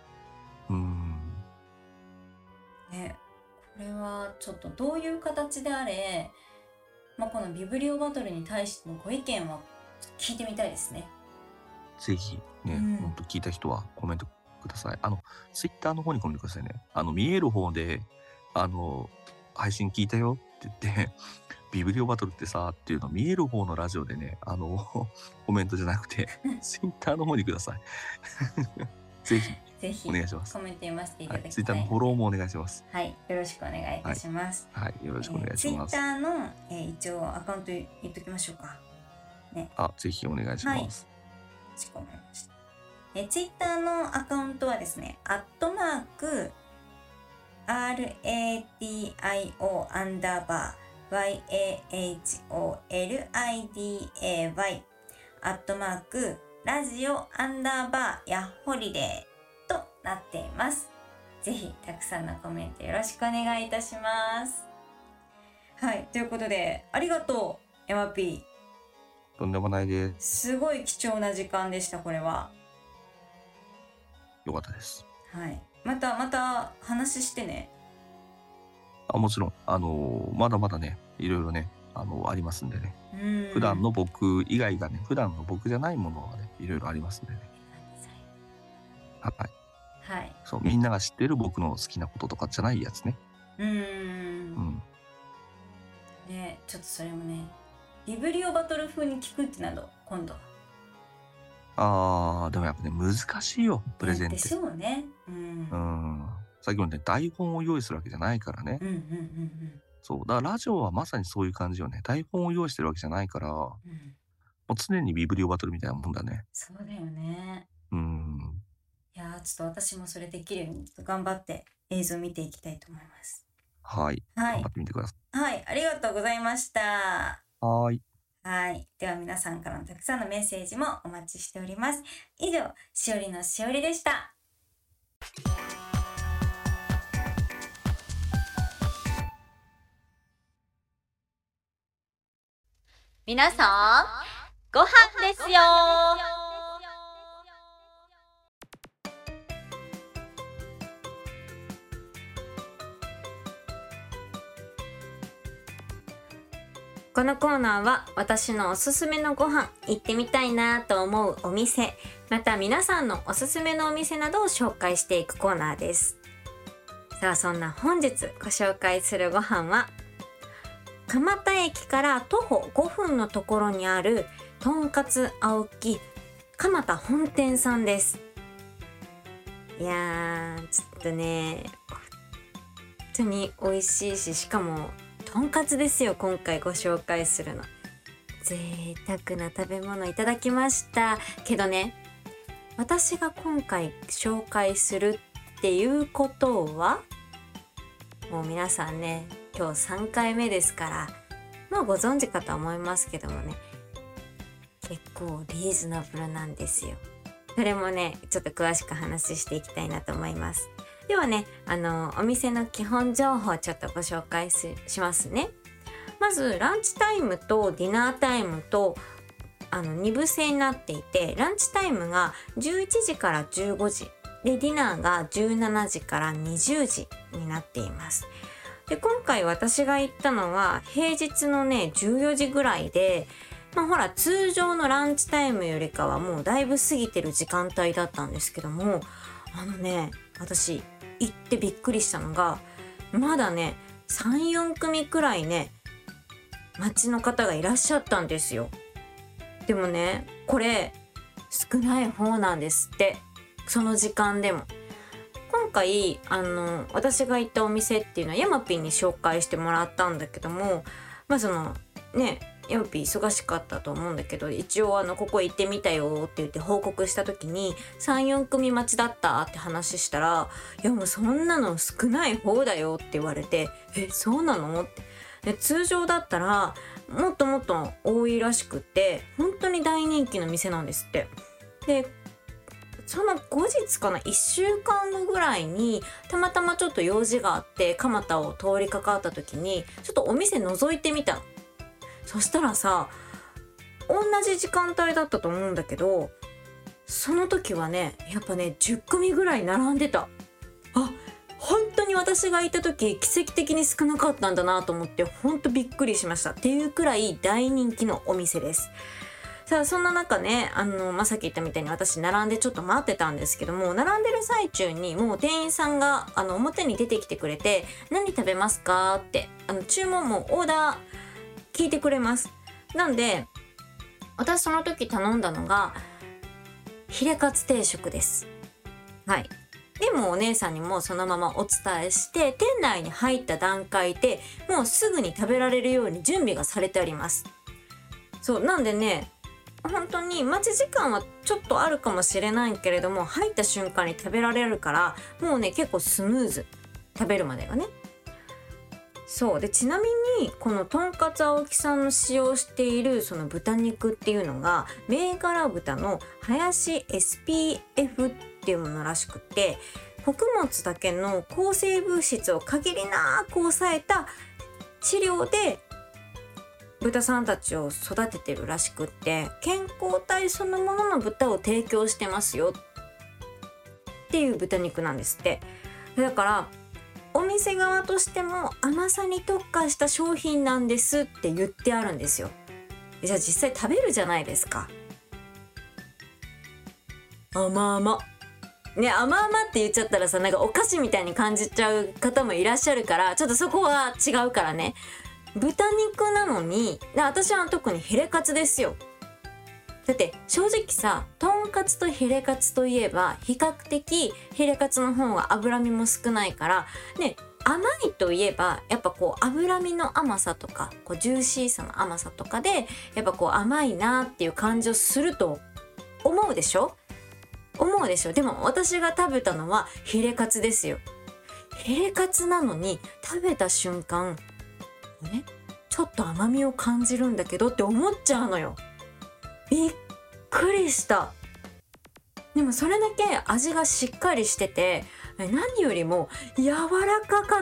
Speaker 1: ね、これはちょっとどういう形であれ、このビブリオバトルに対してのご意見は聞いてみたいですね。
Speaker 2: ぜひね、本当聞いた人はコメントください。ツイッターの方にコメントくださいね。見える方で配信聞いたよって言ってビブリオバトルってさっていうの見える方のラジオでねコメントじゃなくてツイッターの方にくださいぜひお願いします。
Speaker 1: コメント読ませていただきたい。
Speaker 2: ツイッターのフォローもお願いします。
Speaker 1: はい、よろしくお願いいたします。
Speaker 2: はい、よろしくお願いします。
Speaker 1: ツイッターの、一応アカウント言っときましょうかね。
Speaker 2: ぜひお願いします。
Speaker 1: かしこまりました。ツイッターのアカウントはですね、@RADIO_YAHORIDAYラジオ_ヤッホリデーとなっています。ぜひたくさんのコメントよろしくお願いいたします。はい、ということでありがとヤマピ
Speaker 2: とんでもないで
Speaker 1: ー。すごい貴重な時間でした、これは。
Speaker 2: よかったです。
Speaker 1: はい。また話してね。
Speaker 2: もちろん、まだまだね、いろいろね、ありますんでね。普段の僕以外がね、普段の僕じゃないものがね、いろいろありますんでね。はい。
Speaker 1: はい。
Speaker 2: そう、みんなが知ってる僕の好きなこととかじゃないやつね。
Speaker 1: ね、ちょっとそれもね、ビブリオバトル風に聞くってなど、今度。
Speaker 2: でもやっぱね、難しいよ、プレゼンって。
Speaker 1: でしょうね。
Speaker 2: さっきもね、台本を用意するわけじゃないからね。そう。だからラジオはまさにそういう感じよね。台本を用意してるわけじゃないから、もう常にビブリオバトルみたいなもんだね。
Speaker 1: そうだよね。いやー、ちょっと私もそれできるように頑張って映像見ていきたいと思います。
Speaker 2: はい。頑張ってみてくださ
Speaker 1: い。はい、ありがとうございました。
Speaker 2: はい。
Speaker 1: では皆さんからのたくさんのメッセージもお待ちしております。以上、しおりのしおりでした。
Speaker 3: 皆さん、ご飯ですよ。
Speaker 1: このコーナーは私のおすすめのご飯、行ってみたいなと思うお店、また皆さんのおすすめのお店などを紹介していくコーナーです。さあ、そんな本日ご紹介するご飯は、蒲田駅から徒歩5分のところにあるとんかつ青木蒲田本店さんです。いやー、ちょっとね、本当に美味しいし、しかもとんかつですよ。今回ご紹介するの贅沢な食べ物いただきましたけどね、私が今回紹介するっていうことは、もう皆さんね、今日3回目ですからもうご存知かと思いますけどもね、結構リーズナブルなんですよ。それもね、ちょっと詳しく話していきたいなと思います。ではね、お店の基本情報をちょっとご紹介しますね。まずランチタイムとディナータイムと2部制になっていて、ランチタイムが11時から15時で、ディナーが17時から20時になっています。で、今回私が行ったのは平日のね14時ぐらいで、ほら通常のランチタイムよりかはもうだいぶ過ぎてる時間帯だったんですけども、私行ってびっくりしたのが、まだね 3,4 組くらいね待ちの方がいらっしゃったんですよ。でもね、これ少ない方なんですって、その時間でも。今回私が行ったお店っていうのはヤマピーに紹介してもらったんだけども、そのね、ヤマピー忙しかったと思うんだけど、一応ここ行ってみたよって言って報告した時に 3,4 組待ちだったって話したら、いやもうそんなの少ない方だよって言われて、そうなのって。で、通常だったらもっともっと多いらしくって、本当に大人気の店なんですって。で、その後日かな、1週間後ぐらいにたまたまちょっと用事があって蒲田を通りかかった時にちょっとお店覗いてみたの。そしたらさ、同じ時間帯だったと思うんだけど、その時はねやっぱね10組ぐらい並んでた。本当に私がいた時奇跡的に少なかったんだなと思って、本当びっくりしましたっていうくらい大人気のお店です。さあ、そんな中ね、さっき言ったみたいに私並んでちょっと待ってたんですけども、並んでる最中にもう店員さんが表に出てきてくれて、何食べますかって注文もオーダー聞いてくれます。なんで私その時頼んだのがヒレカツ定食です。はい。でもお姉さんにもそのままお伝えして、店内に入った段階でもうすぐに食べられるように準備がされてあります。そうなんでね、本当に待ち時間はちょっとあるかもしれないけれども、入った瞬間に食べられるから、もうね結構スムーズ、食べるまでがね。そうで、ちなみにこのとんかつ青木さんの使用しているその豚肉っていうのが銘柄豚の林 SPF っていうものらしくて、穀物だけの抗生物質を限りなく抑えた飼料で豚さんたちを育ててるらしくって、健康体そのものの豚を提供してますよっていう豚肉なんですって。だからお店側としても甘さに特化した商品なんですって言ってあるんですよ。じゃあ実際食べるじゃないですか。甘々ね、甘々って言っちゃったらさ、なんかお菓子みたいに感じちゃう方もいらっしゃるから、ちょっとそこは違うからね。豚肉なのに、私は特にヒレカツですよ。だって正直さ、とんかつとヒレカツといえば比較的ヒレカツの方が脂身も少ないからね、甘いといえばやっぱこう脂身の甘さとかこうジューシーさの甘さとかでやっぱこう甘いなっていう感じをすると思うでしょ。でも私が食べたのはヒレカツですよ。ヒレカツなのに食べた瞬間ね、ちょっと甘みを感じるんだけどって思っちゃうのよ。びっくりした。でもそれだけ味がしっかりしてて、何よりも柔らかかった。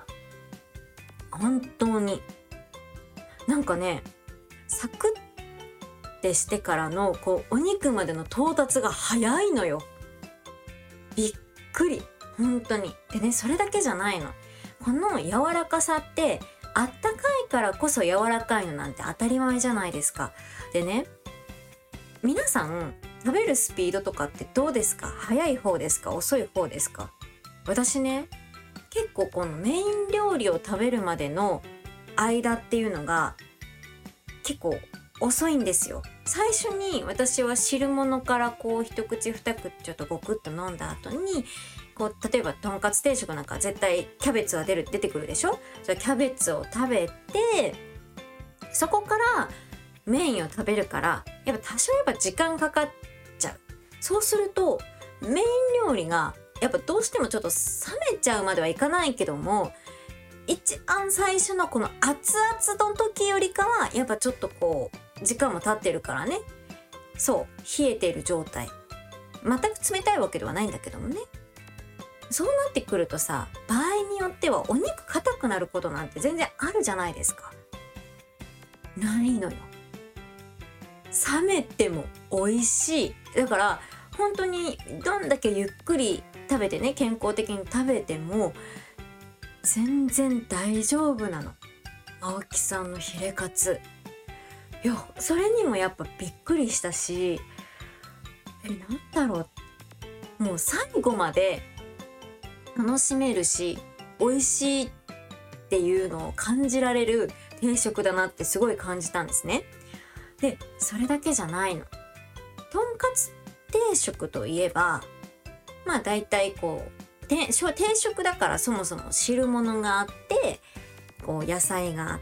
Speaker 1: 本当になんかね、サクッてしてからのこうお肉までの到達が早いのよ。びっくり、本当に。でね、それだけじゃないの。この柔らかさってあったかいからこそ柔らかいのなんて当たり前じゃないですか。でね、皆さん食べるスピードとかってどうですか？早い方ですか？遅い方ですか？私ね、結構このメイン料理を食べるまでの間っていうのが結構遅いんですよ。最初に私は汁物からこう一口二口ちょっとゴクッと飲んだ後にこう、例えばとんかつ定食なんか絶対キャベツは出てくるでしょ。それキャベツを食べて、そこからメインを食べるから、やっぱ多少やっぱ時間かかっちゃう。そうするとメイン料理がやっぱどうしてもちょっと冷めちゃうまではいかないけども、一番最初のこの熱々の時よりかはやっぱちょっとこう時間も経ってるからね。そう、冷えている状態。全く冷たいわけではないんだけどもね。そうなってくるとさ、場合によってはお肉硬くなることなんて全然あるじゃないですか。ないのよ。冷めても美味しい。だから本当にどんだけゆっくり食べてね、健康的に食べても全然大丈夫なの。青木さんのヒレカツ。いや、それにもやっぱびっくりしたし、なんだろう、もう最後まで楽しめるし美味しいっていうのを感じられる定食だなってすごい感じたんですね。で、それだけじゃないの。とんかつ定食といえば、まあ大体こう定食だからそもそも汁物があって、こう野菜があって、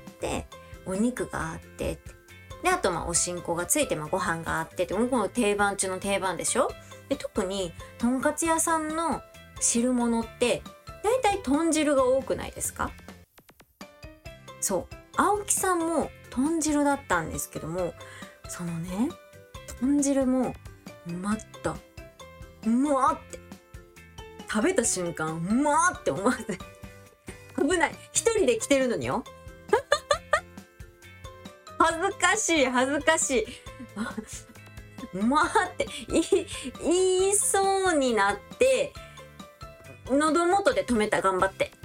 Speaker 1: お肉があって、であとまあおしんこがついて、まあご飯があってって、この定番中の定番でしょ。で特にとんかつ屋さんの汁物って大体豚汁が多くないですか？そう、青木さんも豚汁だったんですけども、そのね、豚汁もうまって食べた瞬間って思わず危ない、一人で来てるのによ恥ずかしいって言いそうになって喉元で止めた。頑張って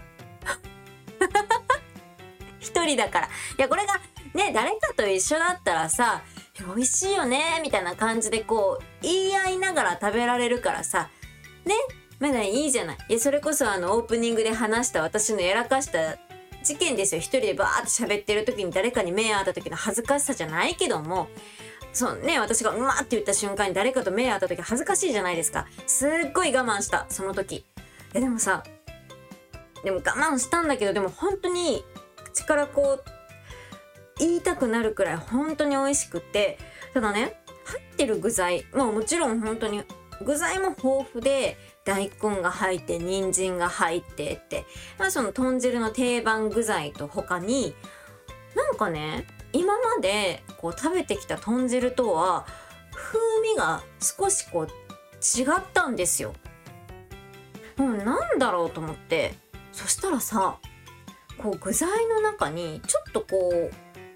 Speaker 1: 一人だから。いや、これがね、誰かと一緒だったらさ、美味しいよねみたいな感じでこう言い合いながら食べられるからさね、まだいいじゃない。いや、それこそオープニングで話した私のやらかした事件ですよ。一人でバーって喋ってる時に誰かに目合った時の恥ずかしさじゃないけども、そうね、私がって言った瞬間に誰かと目合った時恥ずかしいじゃないですか。すっごい我慢した、その時。でも我慢したんだけど、でも本当に口からこう言いたくなるくらい本当に美味しくって、ただね、入ってる具材、もちろん本当に具材も豊富で、大根が入って人参が入ってって、その豚汁の定番具材と他になんかね、今までこう食べてきた豚汁とは風味が少しこう違ったんですよ。なんだろうと思って、そしたらさ、こう具材の中にちょっとこう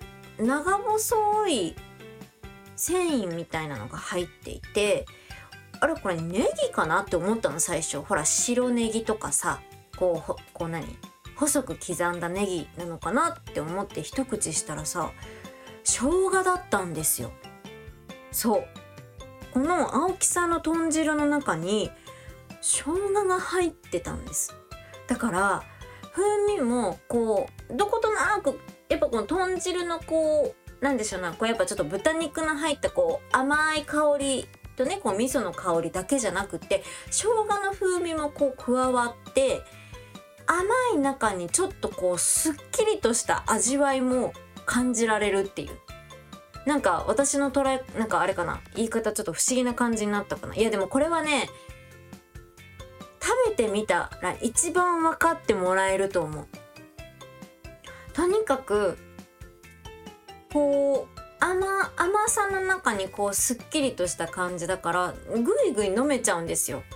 Speaker 1: 長細い繊維みたいなのが入っていて、あれこれネギかなって思ったの最初。ほら白ネギとかさ、こう細く刻んだネギなのかなって思って一口したらさ、生姜だったんですよ。そう、この青木さんの豚汁の中に生姜が入ってたんです。だから風味もこうどことなく、やっぱこの豚汁のこうなんでしょうな、こうやっぱちょっと豚肉の入ったこう甘い香りとね、こう味噌の香りだけじゃなくて、生姜の風味もこう加わって、甘い中にちょっとこうすっきりとした味わいも感じられるっていう、なんか私のなんかあれかな、言い方ちょっと不思議な感じになったかな。いやでもこれはね、食べてみたら一番分かってもらえると思う。とにかくこう甘さの中にこうすっきりとした感じだから、ぐいぐい飲めちゃうんですよ。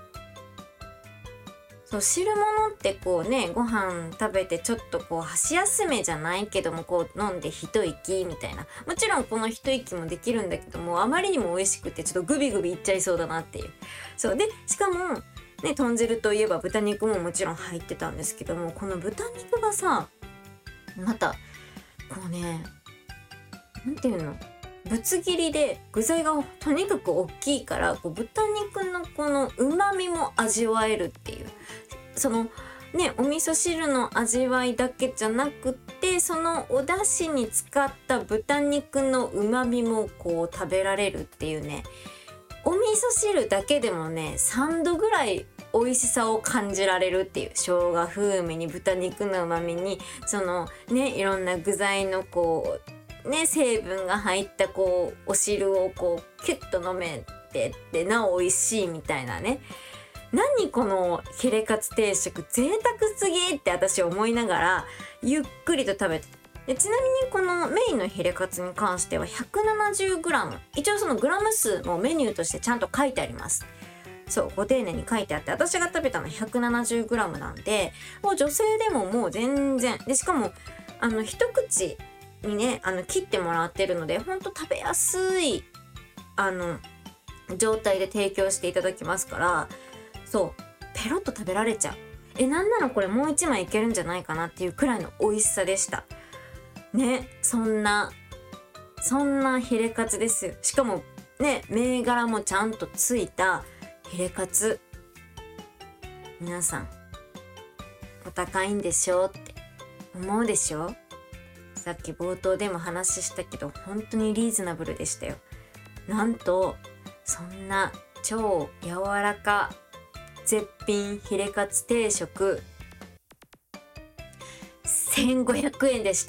Speaker 1: そう、汁物ってこうね、ご飯食べてちょっとこう箸休めじゃないけども、こう飲んで一息みたいな、もちろんこの一息もできるんだけども、あまりにも美味しくてちょっとグビグビいっちゃいそうだなっていう。そうで、しかもね、豚汁といえば豚肉ももちろん入ってたんですけども、この豚肉がさ、またこうね、なんていうの、ぶつ切りで具材がとにかく大きいから、こう豚肉のこの旨味も味わえるっていう、そのね、お味噌汁の味わいだけじゃなくて、そのお出汁に使った豚肉の旨味もこう食べられるっていうね、お味噌汁だけでもね3度ぐらい美味しさを感じられるっていう、生姜風味に豚肉の旨味に、そのね、いろんな具材のこうね、成分が入ったこうお汁をこうキュッと飲めてってなお美味しいみたいなね。何このヒレカツ定食贅沢すぎって私思いながらゆっくりと食べて、でちなみにこのメインのヒレカツに関しては 170g、 一応そのグラム数もメニューとしてちゃんと書いてあります。そう、ご丁寧に書いてあって、私が食べたの 170g なんで、もう女性でももう全然で、しかも一口にね切ってもらってるので、ほんと食べやすい状態で提供していただきますから、そうペロッと食べられちゃう。なんなのこれもう一枚いけるんじゃないかなっていうくらいの美味しさでしたね。そんなヒレカツですよ。しかもね、銘柄もちゃんとついたヒレカツ、皆さんお高いんでしょって思うでしょ。さっき冒頭でも話したけど、本当にリーズナブルでしたよ。なんとそんな超柔らか絶品ヒレカツ定食1500円でした。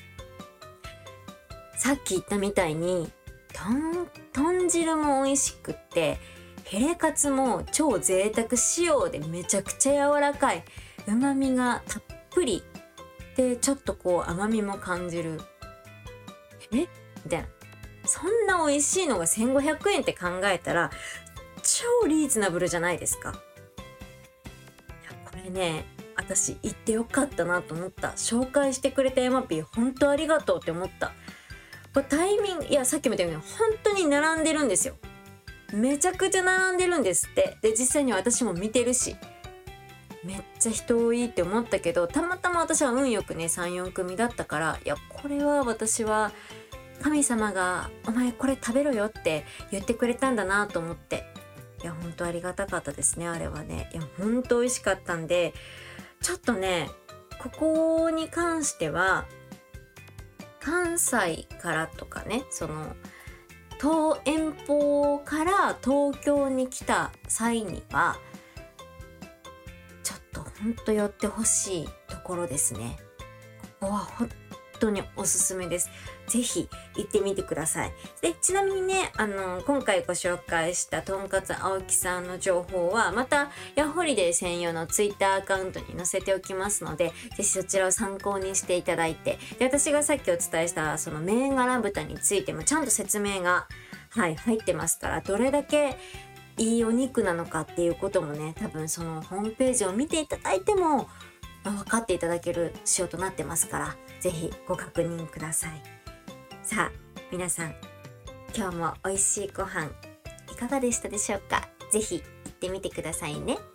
Speaker 1: さっき言ったみたいに豚汁も美味しくって、ヒレカツも超贅沢仕様でめちゃくちゃ柔らかい、旨味がたっぷりで、ちょっとこう甘みも感じる、みたいな、そんな美味しいのが1500円って考えたら超リーズナブルじゃないですか。いやこれね、私行ってよかったなと思った。紹介してくれたヤマピー本当ありがとうって思った。これタイミング、いやさっきも言ったように本当に並んでるんですよ。めちゃくちゃ並んでるんですって。で実際に私も見てるし、めっちゃ人多いって思ったけど、たまたま私は運よくね 3,4 組だったから、いやこれは私は神様がお前これ食べろよって言ってくれたんだなと思って、いや本当ありがたかったですね。あれはね、いや本当美味しかったんで、ちょっとねここに関しては関西からとかね、その遠方から東京に来た際にはちょっとほんと寄ってほしいところですね。ここは本当におすすめです。ぜひ行ってみてください。でちなみにね、今回ご紹介したとんかつ青木さんの情報はまたヤホリデー専用のツイッターアカウントに載せておきますので、ぜひそちらを参考にしていただいて、で私がさっきお伝えしたその銘柄豚についてもちゃんと説明が入ってますから、どれだけいいお肉なのかっていうこともね、多分そのホームページを見ていただいても分かっていただける仕様となってますから、ぜひご確認ください。 さあ皆さん、今日も美味しいご飯いかがでしたでしょうか。ぜひ行ってみてくださいね。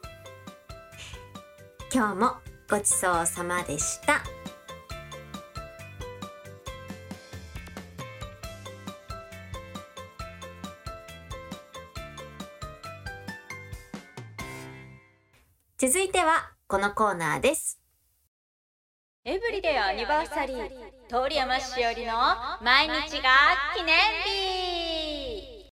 Speaker 1: 今日もごちそうさまでした。続いてはこのコーナーです。
Speaker 3: エブリデイアニバーサリー通山しおりの毎日が記念日。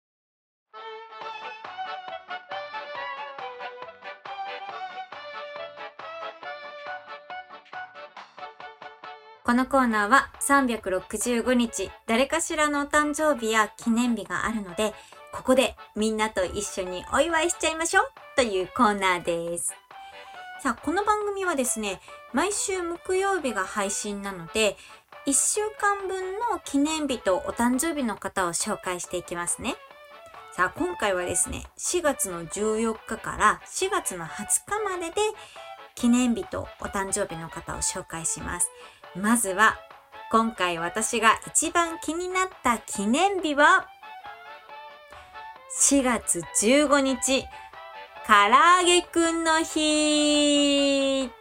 Speaker 1: このコーナーは365日誰かしらのお誕生日や記念日があるので、ここでみんなと一緒にお祝いしちゃいましょうというコーナーです。さあ、この番組はですね、毎週木曜日が配信なので、1週間分の記念日とお誕生日の方を紹介していきますね。さあ、今回はですね、4月の14日から4月の20日までで記念日とお誕生日の方を紹介します。まずは、今回私が一番気になった記念日は、4月15日、唐揚げくんの日。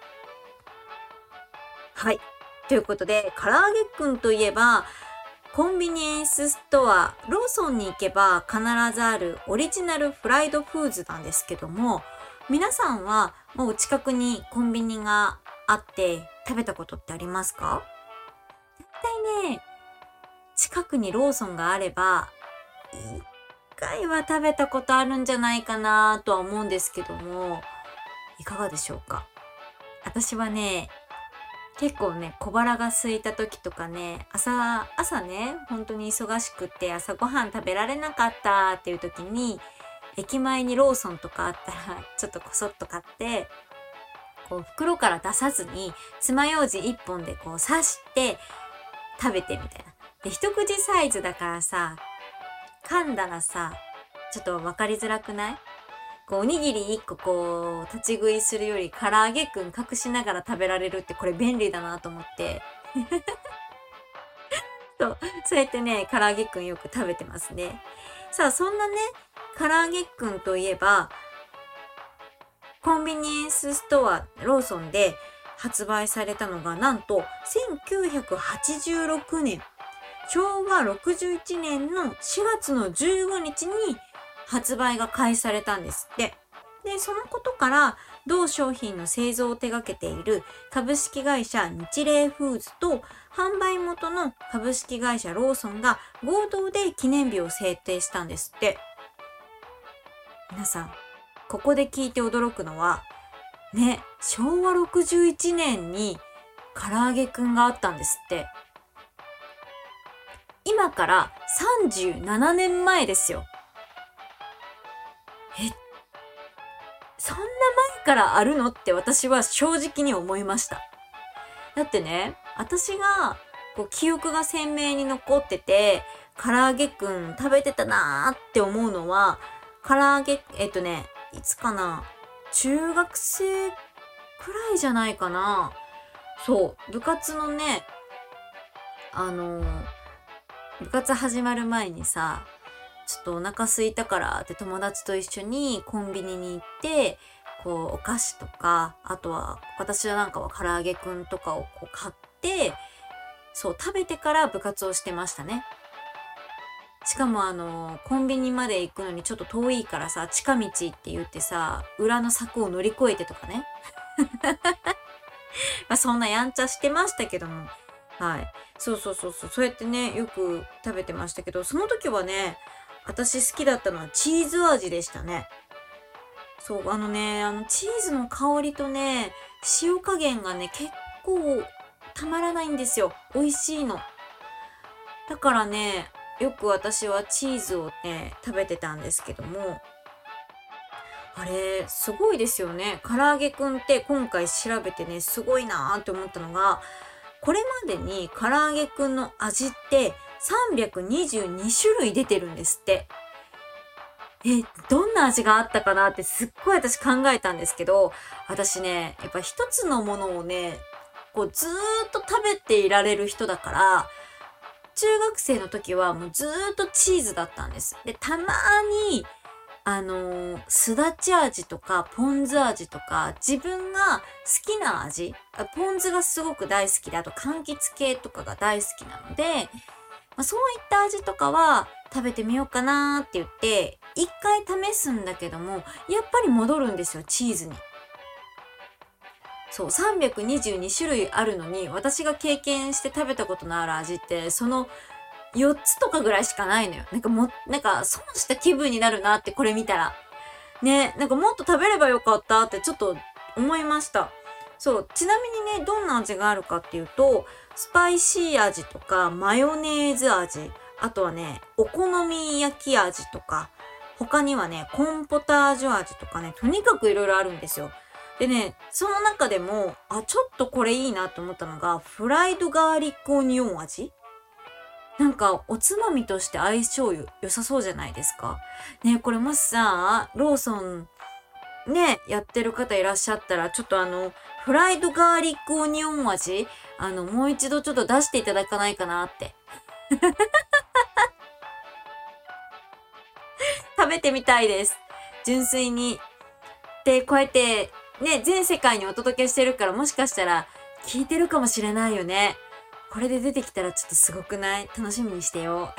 Speaker 1: はい。ということで、唐揚げくんといえば、コンビニエンスストア、ローソンに行けば必ずあるオリジナルフライドフーズなんですけども、皆さんはもう近くにコンビニがあって食べたことってありますか？絶対ね、近くにローソンがあれば、一回は食べたことあるんじゃないかなとは思うんですけども、いかがでしょうか？私はね、結構ね、小腹が空いた時とかね、朝ね、本当に忙しくって朝ごはん食べられなかったっていう時に、駅前にローソンとかあったら、ちょっとこそっと買って、こう袋から出さずに、爪楊枝一本でこう刺して食べてみたいな。で、一口サイズだからさ、噛んだらさ、ちょっと分かりづらくない？こうおにぎり1個こう立ち食いするより唐揚げくん隠しながら食べられるってこれ便利だなと思ってそうやってね、唐揚げくんよく食べてますね。さあ、そんなね、唐揚げくんといえばコンビニエンスストアローソンで発売されたのがなんと1986年昭和61年の4月の15日に発売が開始されたんですって。で、そのことから同商品の製造を手掛けている株式会社日霊フーズと販売元の株式会社ローソンが合同で記念日を制定したんですって。皆さん、ここで聞いて驚くのは、ね、昭和61年に唐揚げくんがあったんですって。今から37年前ですよ。そんな前からあるのって私は正直に思いました。だってね、私がこう記憶が鮮明に残ってて、唐揚げくん食べてたなーって思うのは、唐揚げ、いつかな、中学生くらいじゃないかな。そう、部活のね、部活始まる前にさ、ちょっとお腹空いたからって友達と一緒にコンビニに行って、こうお菓子とか、あとは私なんかは唐揚げくんとかをこう買って、そう食べてから部活をしてましたね。しかもコンビニまで行くのにちょっと遠いからさ、近道って言ってさ、裏の柵を乗り越えてとかね。まあそんなやんちゃしてましたけども。はい。そうやってね、よく食べてましたけど、その時はね、私好きだったのはチーズ味でしたね。そう、チーズの香りとね、塩加減がね、結構たまらないんですよ。美味しいの。だからね、よく私はチーズをね、食べてたんですけども、あれ、すごいですよね。唐揚げくんって今回調べてね、すごいなーって思ったのが、これまでに唐揚げくんの味って322種類出てるんですって。どんな味があったかなってすっごい私考えたんですけど、私ね、やっぱ一つのものをね、こうずーっと食べていられる人だから、 中学生の時はもうずーっとチーズだったんです。で、たまに、すだち味とかポン酢味とか自分が好きな味、ポン酢がすごく大好きで、あと柑橘系とかが大好きなので、そういった味とかは食べてみようかなーって言って一回試すんだけども、やっぱり戻るんですよ、チーズに。そう、322種類あるのに私が経験して食べたことのある味ってその4つとかぐらいしかないのよ。なんか損した気分になるなって、これ見たら。ね、なんかもっと食べればよかったってちょっと思いました。そう、ちなみにね、どんな味があるかっていうと、スパイシー味とか、マヨネーズ味、あとはね、お好み焼き味とか、他にはね、コーンポタージュ味とかね、とにかくいろいろあるんですよ。でね、その中でも、ちょっとこれいいなと思ったのが、フライドガーリックオニオン味。なんかおつまみとして相性良さそうじゃないですか。ね、これもしさ、ローソンね、やってる方いらっしゃったら、ちょっとフライドガーリックオニオン味、もう一度ちょっと出していただかないかなって。食べてみたいです。純粋に。で、こうやってね、全世界にお届けしてるから、もしかしたら聞いてるかもしれないよね。これで出てきたらちょっとすごくない？楽しみにしてよ。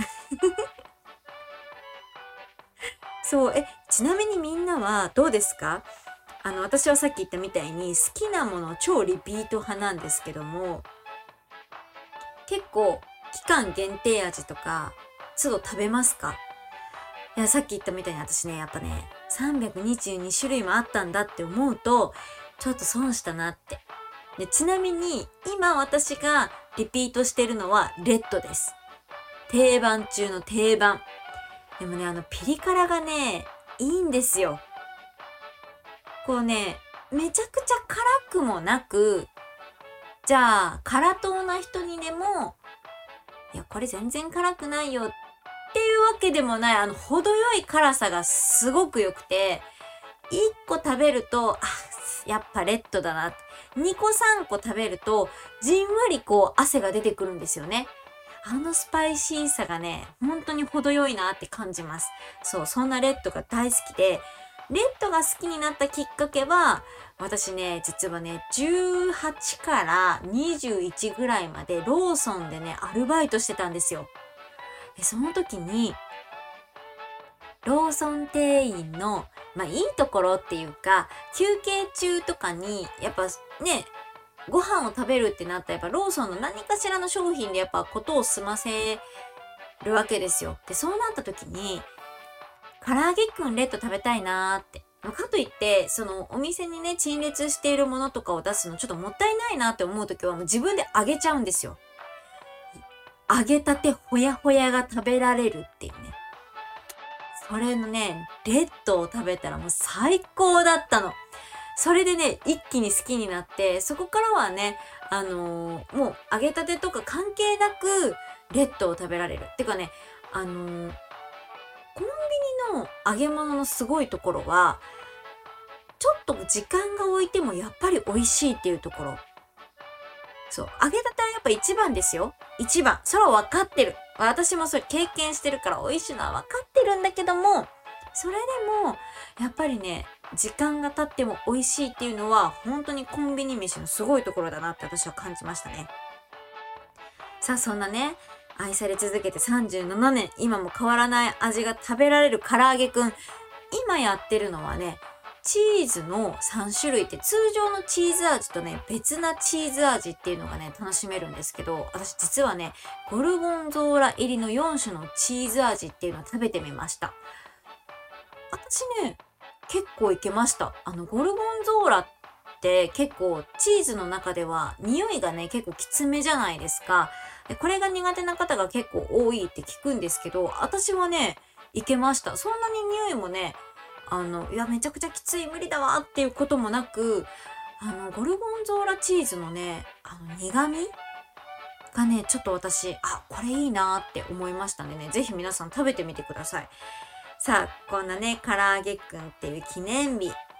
Speaker 1: そう、ちなみにみんなはどうですか？私はさっき言ったみたいに好きなもの超リピート派なんですけども、結構期間限定味とか都度食べますか？いや、さっき言ったみたいに私ね、やっぱね、322種類もあったんだって思うと、ちょっと損したなって。で、ちなみに今私がリピートしてるのはレッドです。定番中の定番。でもね、ピリ辛がね、いいんですよ。こうね、めちゃくちゃ辛くもなく、じゃあ、辛党な人にでも、いや、これ全然辛くないよっていうわけでもない、程よい辛さがすごく良くて、1個食べると、やっぱレッドだな。2個3個食べると、じんわりこう汗が出てくるんですよね。スパイシーさがね、本当に程よいなって感じます。そう、そんなレッドが大好きで、レッドが好きになったきっかけは、私ね、実はね、18から21ぐらいまでローソンでね、アルバイトしてたんですよ。で、その時に、ローソン店員の、いいところっていうか、休憩中とかに、やっぱね、ご飯を食べるってなったら、やっぱローソンの何かしらの商品でやっぱことを済ませるわけですよ。で、そうなった時に、唐揚げくんレッド食べたいなーって。かといって、そのお店にね、陳列しているものとかを出すのちょっともったいないなって思う時はもう自分で揚げちゃうんですよ。揚げたてほやほやが食べられるっていうね。それのね、レッドを食べたらもう最高だったの。それでね、一気に好きになって、そこからはね、もう揚げたてとか関係なく、レッドを食べられる。ってかね、コンビニの揚げ物のすごいところは、ちょっと時間が置いてもやっぱり美味しいっていうところ。そう、揚げたてはやっぱ一番ですよ。一番。それは分かってる。私もそれ経験してるから美味しいのは分かってるんだけども、それでも、やっぱりね、時間が経っても美味しいっていうのは、本当にコンビニ飯のすごいところだなって私は感じましたね。さあ、そんなね、愛され続けて37年、今も変わらない味が食べられる唐揚げくん。今やってるのはね、チーズの3種類って、通常のチーズ味とね、別なチーズ味っていうのがね、楽しめるんですけど、私実はね、ゴルゴンゾーラ入りの4種のチーズ味っていうのを食べてみました。私ね、結構いけました。ゴルゴンゾーラって結構チーズの中では匂いがね、結構きつめじゃないですか。で、これが苦手な方が結構多いって聞くんですけど、私はね、いけました。そんなに匂いもね、いや、めちゃくちゃきつい、無理だわっていうこともなく、ゴルゴンゾーラチーズのね、苦味がね、ちょっと私、これいいなって思いましたんでね、ぜひ皆さん食べてみてください。さあ、こんなね、唐揚げくんっていう記念日。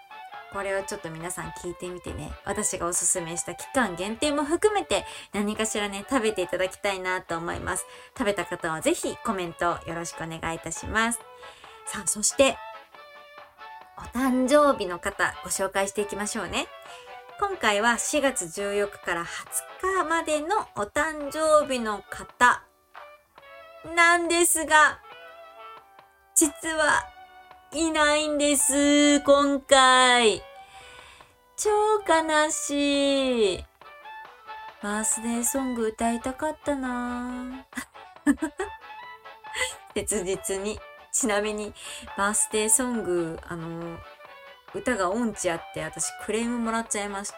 Speaker 1: これをちょっと皆さん聞いてみてね、私がおすすめした期間限定も含めて何かしらね、食べていただきたいなと思います。食べた方はぜひコメントよろしくお願いいたします。さあ、そしてお誕生日の方ご紹介していきましょうね。今回は4月14日から20日までのお誕生日の方なんですが、実はいないんです、今回。超悲しい。バースデーソング歌いたかったな切実に。ちなみに、バースデーソング、歌が音痴あって私クレームもらっちゃいまして。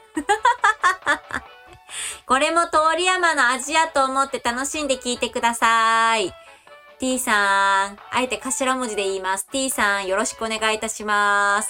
Speaker 1: これも通り山の味やと思って楽しんで聞いてください。T さん、あえて頭文字で言います。T さん、よろしくお願いいたします。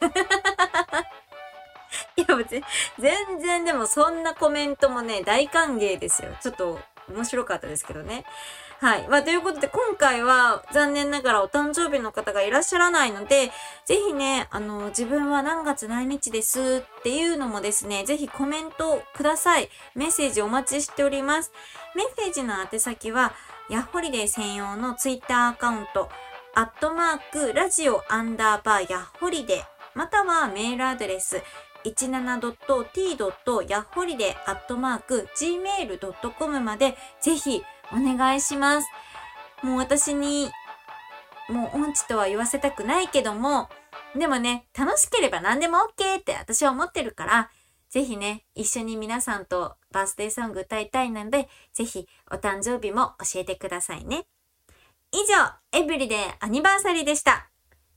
Speaker 1: いや、別に、全然でもそんなコメントもね、大歓迎ですよ。ちょっと面白かったですけどね。はい。ということで、今回は残念ながらお誕生日の方がいらっしゃらないので、ぜひね、自分は何月何日ですっていうのもですね、ぜひコメントください。メッセージお待ちしております。メッセージの宛先は、ヤッホリデー専用のツイッターアカウント、ラジオ_ヤッホリデー、またはメールアドレス、17.t.yahholiday@gmail.com までぜひお願いします。もう私にもう音痴とは言わせたくないけども、でもね、楽しければ何でも OK って私は思ってるから、ぜひね、一緒に皆さんとバースデーソング歌いたいので、ぜひお誕生日も教えてくださいね。以上、エブリデイアニバーサリーでした。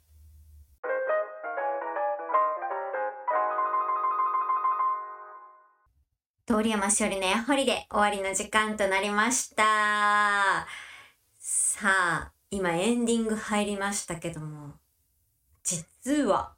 Speaker 1: 通山しおりのヤッホリで終わりの時間となりました。さあ、今エンディング入りましたけども、実は、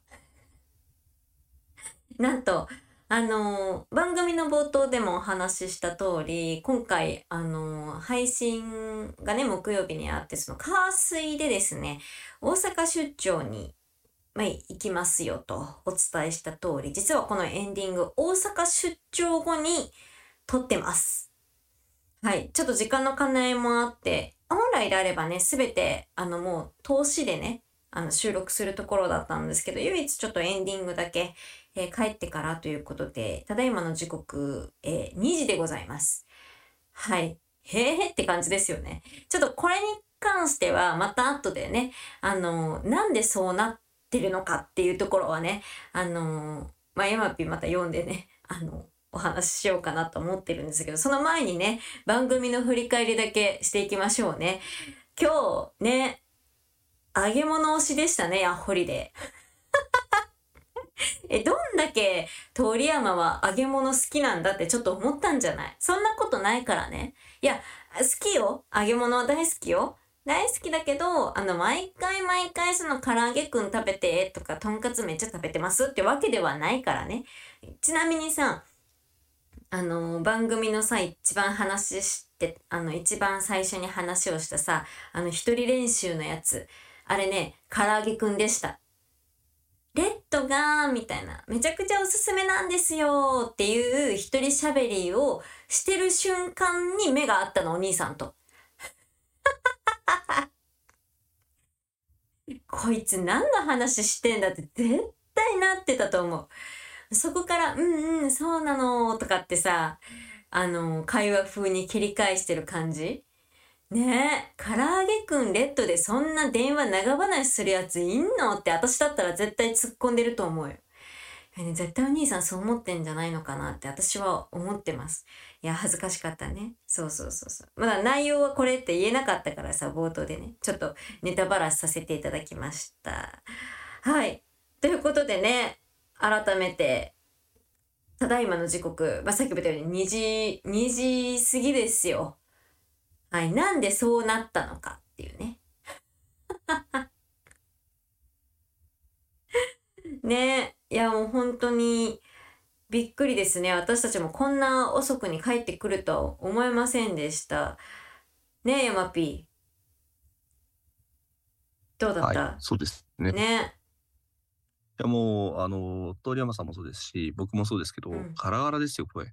Speaker 1: なんと、番組の冒頭でもお話しした通り、今回、配信がね、木曜日にあって、その火水でですね、大阪出張に行きますよとお伝えした通り、実はこのエンディング、大阪出張後に撮ってます。はい。ちょっと時間の兼ね合いもあって、本来であればね、すべて、もう、通しでね、収録するところだったんですけど、唯一ちょっとエンディングだけ、帰ってからということで、ただいまの時刻、2時でございます。はい。へーって感じですよね。ちょっとこれに関しては、また後でね、なんでそうなってるのかっていうところはね、ヤマピーまた読んでね、お話ししようかなと思ってるんですけど、その前にね、番組の振り返りだけしていきましょうね。今日ね、揚げ物推しでしたね、ヤッホリで。どんだけ通山は揚げ物好きなんだってちょっと思ったんじゃない？そんなことないからね。いや、好きよ。揚げ物は大好きよ。大好きだけど、毎回その唐揚げくん食べてとか、とんかつめっちゃ食べてますってわけではないからね。ちなみにさ、番組のさ、一番最初に話をしたさ、一人練習のやつ。あれね、唐揚げくんでした。レッドがみたいな、めちゃくちゃおすすめなんですよっていう一人喋りをしてる瞬間に目が合ったの、お兄さんと。こいつ何の話してんだって絶対なってたと思う。そこから、そうなのとかってさ、会話風に切り返してる感じ。ねえ、唐揚げくんレッドでそんな電話長話するやついんのって私だったら絶対突っ込んでると思うよ。絶対お兄さんそう思ってんじゃないのかなって私は思ってます。いや、恥ずかしかったね。そう。まだ内容はこれって言えなかったからさ、冒頭でね、ちょっとネタバラシさせていただきました。はい。ということでね、改めて、ただいまの時刻、さっきも言ったように2時過ぎですよ。はい。なんでそうなったのかっていうね。ねえ。いや、もう本当にびっくりですね。私たちもこんな遅くに帰ってくるとは思いませんでした。ねえ、ヤマピー。どうだった？
Speaker 2: はい、そうですね。
Speaker 1: ね。
Speaker 2: やもう、通山さんもそうですし、僕もそうですけど、ガラガラですよ、声。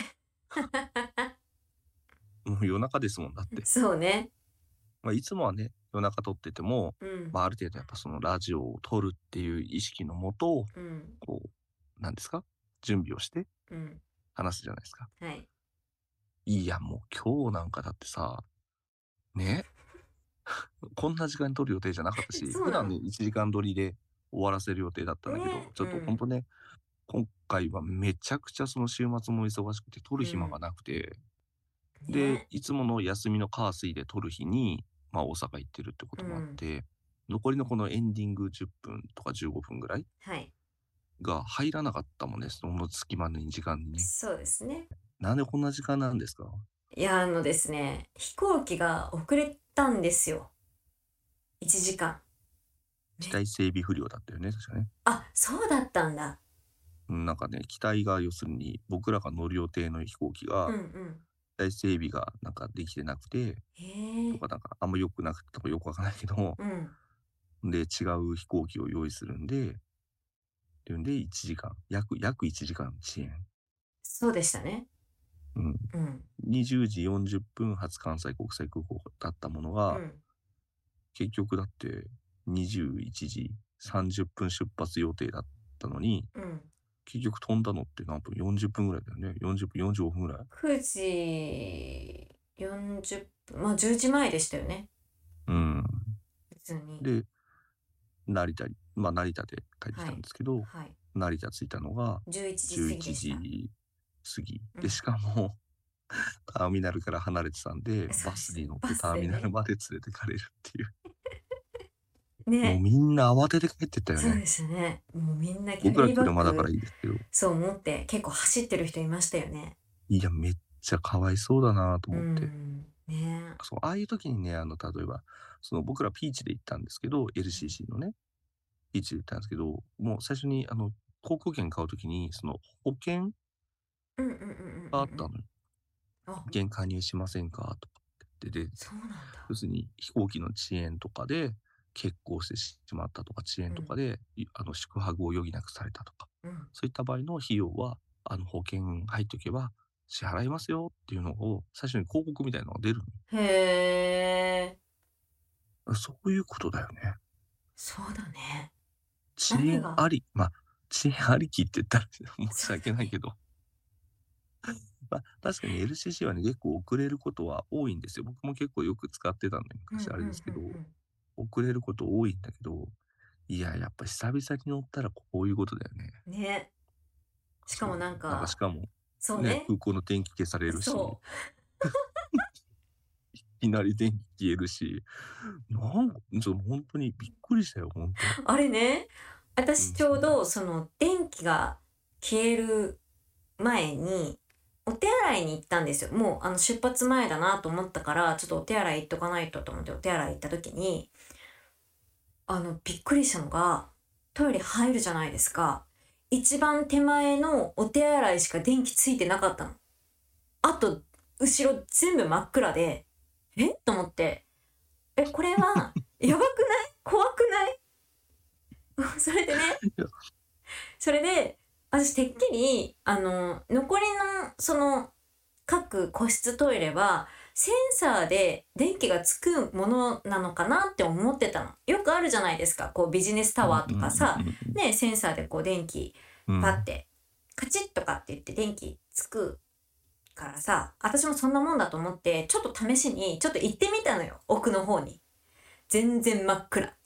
Speaker 2: もう夜中ですもん、だって。
Speaker 1: そうね。
Speaker 2: まあ、いつもはね、夜中撮ってても、
Speaker 1: うん。
Speaker 2: ある程度やっぱそのラジオを撮るっていう意識のもと、
Speaker 1: うん。
Speaker 2: こう、なんですか準備をして
Speaker 1: うん。
Speaker 2: 話すじゃないですか。
Speaker 1: はい。
Speaker 2: いや、もう今日なんかだってさ、ね、こんな時間に撮る予定じゃなかったし、
Speaker 1: そうなの。
Speaker 2: 普段ね、1時間撮りで終わらせる予定だったんだけど、
Speaker 1: ね。
Speaker 2: ちょっとほんとね、今回はめちゃくちゃその週末も忙しくて撮る暇がなくて、で、
Speaker 1: ね。
Speaker 2: いつもの休みの火水で撮る日に、まあ大阪行ってるってこともあって、残りのこのエンディング10分とか15分ぐらい
Speaker 1: はい。
Speaker 2: が入らなかったもんね、その隙間の時間にね。
Speaker 1: そうですね。
Speaker 2: なんでこんな時間なんですか？
Speaker 1: いや、ですね、飛行機が遅れたんですよ。1時間。
Speaker 2: 機体整備不良だったよね、確かね。
Speaker 1: あ、そうだったんだ。
Speaker 2: なんかね、機体が要するに僕らが乗る予定の飛行機が、機体整備がなんかできてなくて、とかなんかあんま良くなくてとかよくわかんないけど、で、違う飛行機を用意するんで、っていうんで1時間、約1時間遅延。
Speaker 1: そうでしたね。
Speaker 2: 20時40分発関西国際空港だったものが、結局だって21時30分出発予定だったのに、結局飛んだのって何分 ?40 分ぐらいだよね。40分、45分ぐらい。
Speaker 1: 9時40分、まあ10時前でしたよね。普通に。
Speaker 2: で、成田で帰ってきたんですけど、成田着いたのが
Speaker 1: 11時過ぎでした。
Speaker 2: 11時過ぎ。で、しかも、ターミナルから離れてたんで、バスに乗ってターミナルまで連れてかれるっていう。もうみんな慌てて帰ってったよね。
Speaker 1: そうですね。もうみんなキャ
Speaker 2: 僕ら
Speaker 1: リーバ
Speaker 2: 車だから
Speaker 1: ッグ、
Speaker 2: いいですけど。
Speaker 1: そう思って結構走ってる人いましたよね。
Speaker 2: いや、めっちゃかわいそうだなと思って。
Speaker 1: ね。
Speaker 2: そう、ああいう時にね、例えば、僕らピーチで行ったんですけど、LCC のね、ピーチで行ったんですけど、もう最初に、航空券買う時に、その保険があったのよ。保険加入しませんかとかってで、
Speaker 1: そうなんだ。
Speaker 2: 要するに飛行機の遅延とかで欠航してしまったとか、遅延とかで、宿泊を余儀なくされたとか、そういった場合の費用は、保険入っとけば支払いますよっていうのを、最初に広告みたいなのが出るの。
Speaker 1: へー。
Speaker 2: そういうことだよね。
Speaker 1: そうだね。
Speaker 2: 遅延あり、遅延ありきって言ったら申し訳ないけど。確かに LCC はね、結構遅れることは多いんですよ。僕も結構よく使ってたんで、昔あれですけど、遅れること多いんだけど、いや、やっぱ久々に乗ったらこういうことだよね。
Speaker 1: ね。しかもなんか、
Speaker 2: しかも、
Speaker 1: そうね。
Speaker 2: 空港の電気消されるし、いきなり電気消えるし、本当にびっくりしたよ、本当。
Speaker 1: あれね、私ちょうどその電気が消える前に、お手洗いに行ったんですよ。もう出発前だなと思ったから、ちょっとお手洗い行っとかないとと思ってお手洗い行った時に、びっくりしたのが、トイレ入るじゃないですか。一番手前のお手洗いしか電気ついてなかったの。あと、後ろ全部真っ暗で、と思って、これは、やばくない？怖くない？それでね、それで、私てっきり、残りの、各個室トイレは、センサーで電気がつくものなのかなって思ってたの。よくあるじゃないですか。こうビジネスタワーとかさ、ね、センサーでこう電気パッて、カチッとかって言って電気つくからさ、私もそんなもんだと思って、ちょっと試しに、ちょっと行ってみたのよ。奥の方に。全然真っ暗。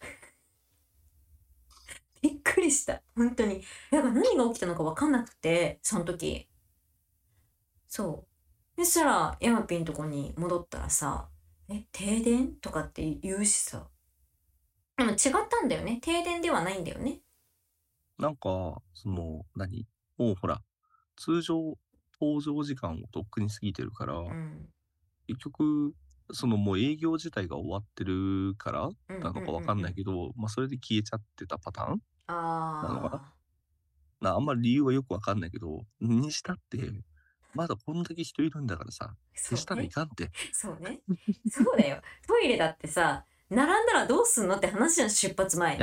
Speaker 1: びっくりした。本当に。やっぱ何が起きたのか分かんなくて、その時。そう。そしたら、ヤマピンとこに戻ったらさ、停電とかって言うしさ。でも違ったんだよね。停電ではないんだよね。
Speaker 2: なんか、もうほら、通常、搭乗時間をとっくに過ぎてるから、結局、もう営業自体が終わってるからなのかわかんないけど、それで消えちゃってたパターンなのかな。あんまり理由はよくわかんないけど、にしたって、まだこんだけ人いるんだからさ、消したらいかんって。
Speaker 1: そうね。そうだよ。トイレだってさ、並んだらどうすんのって話じゃん、出発前に。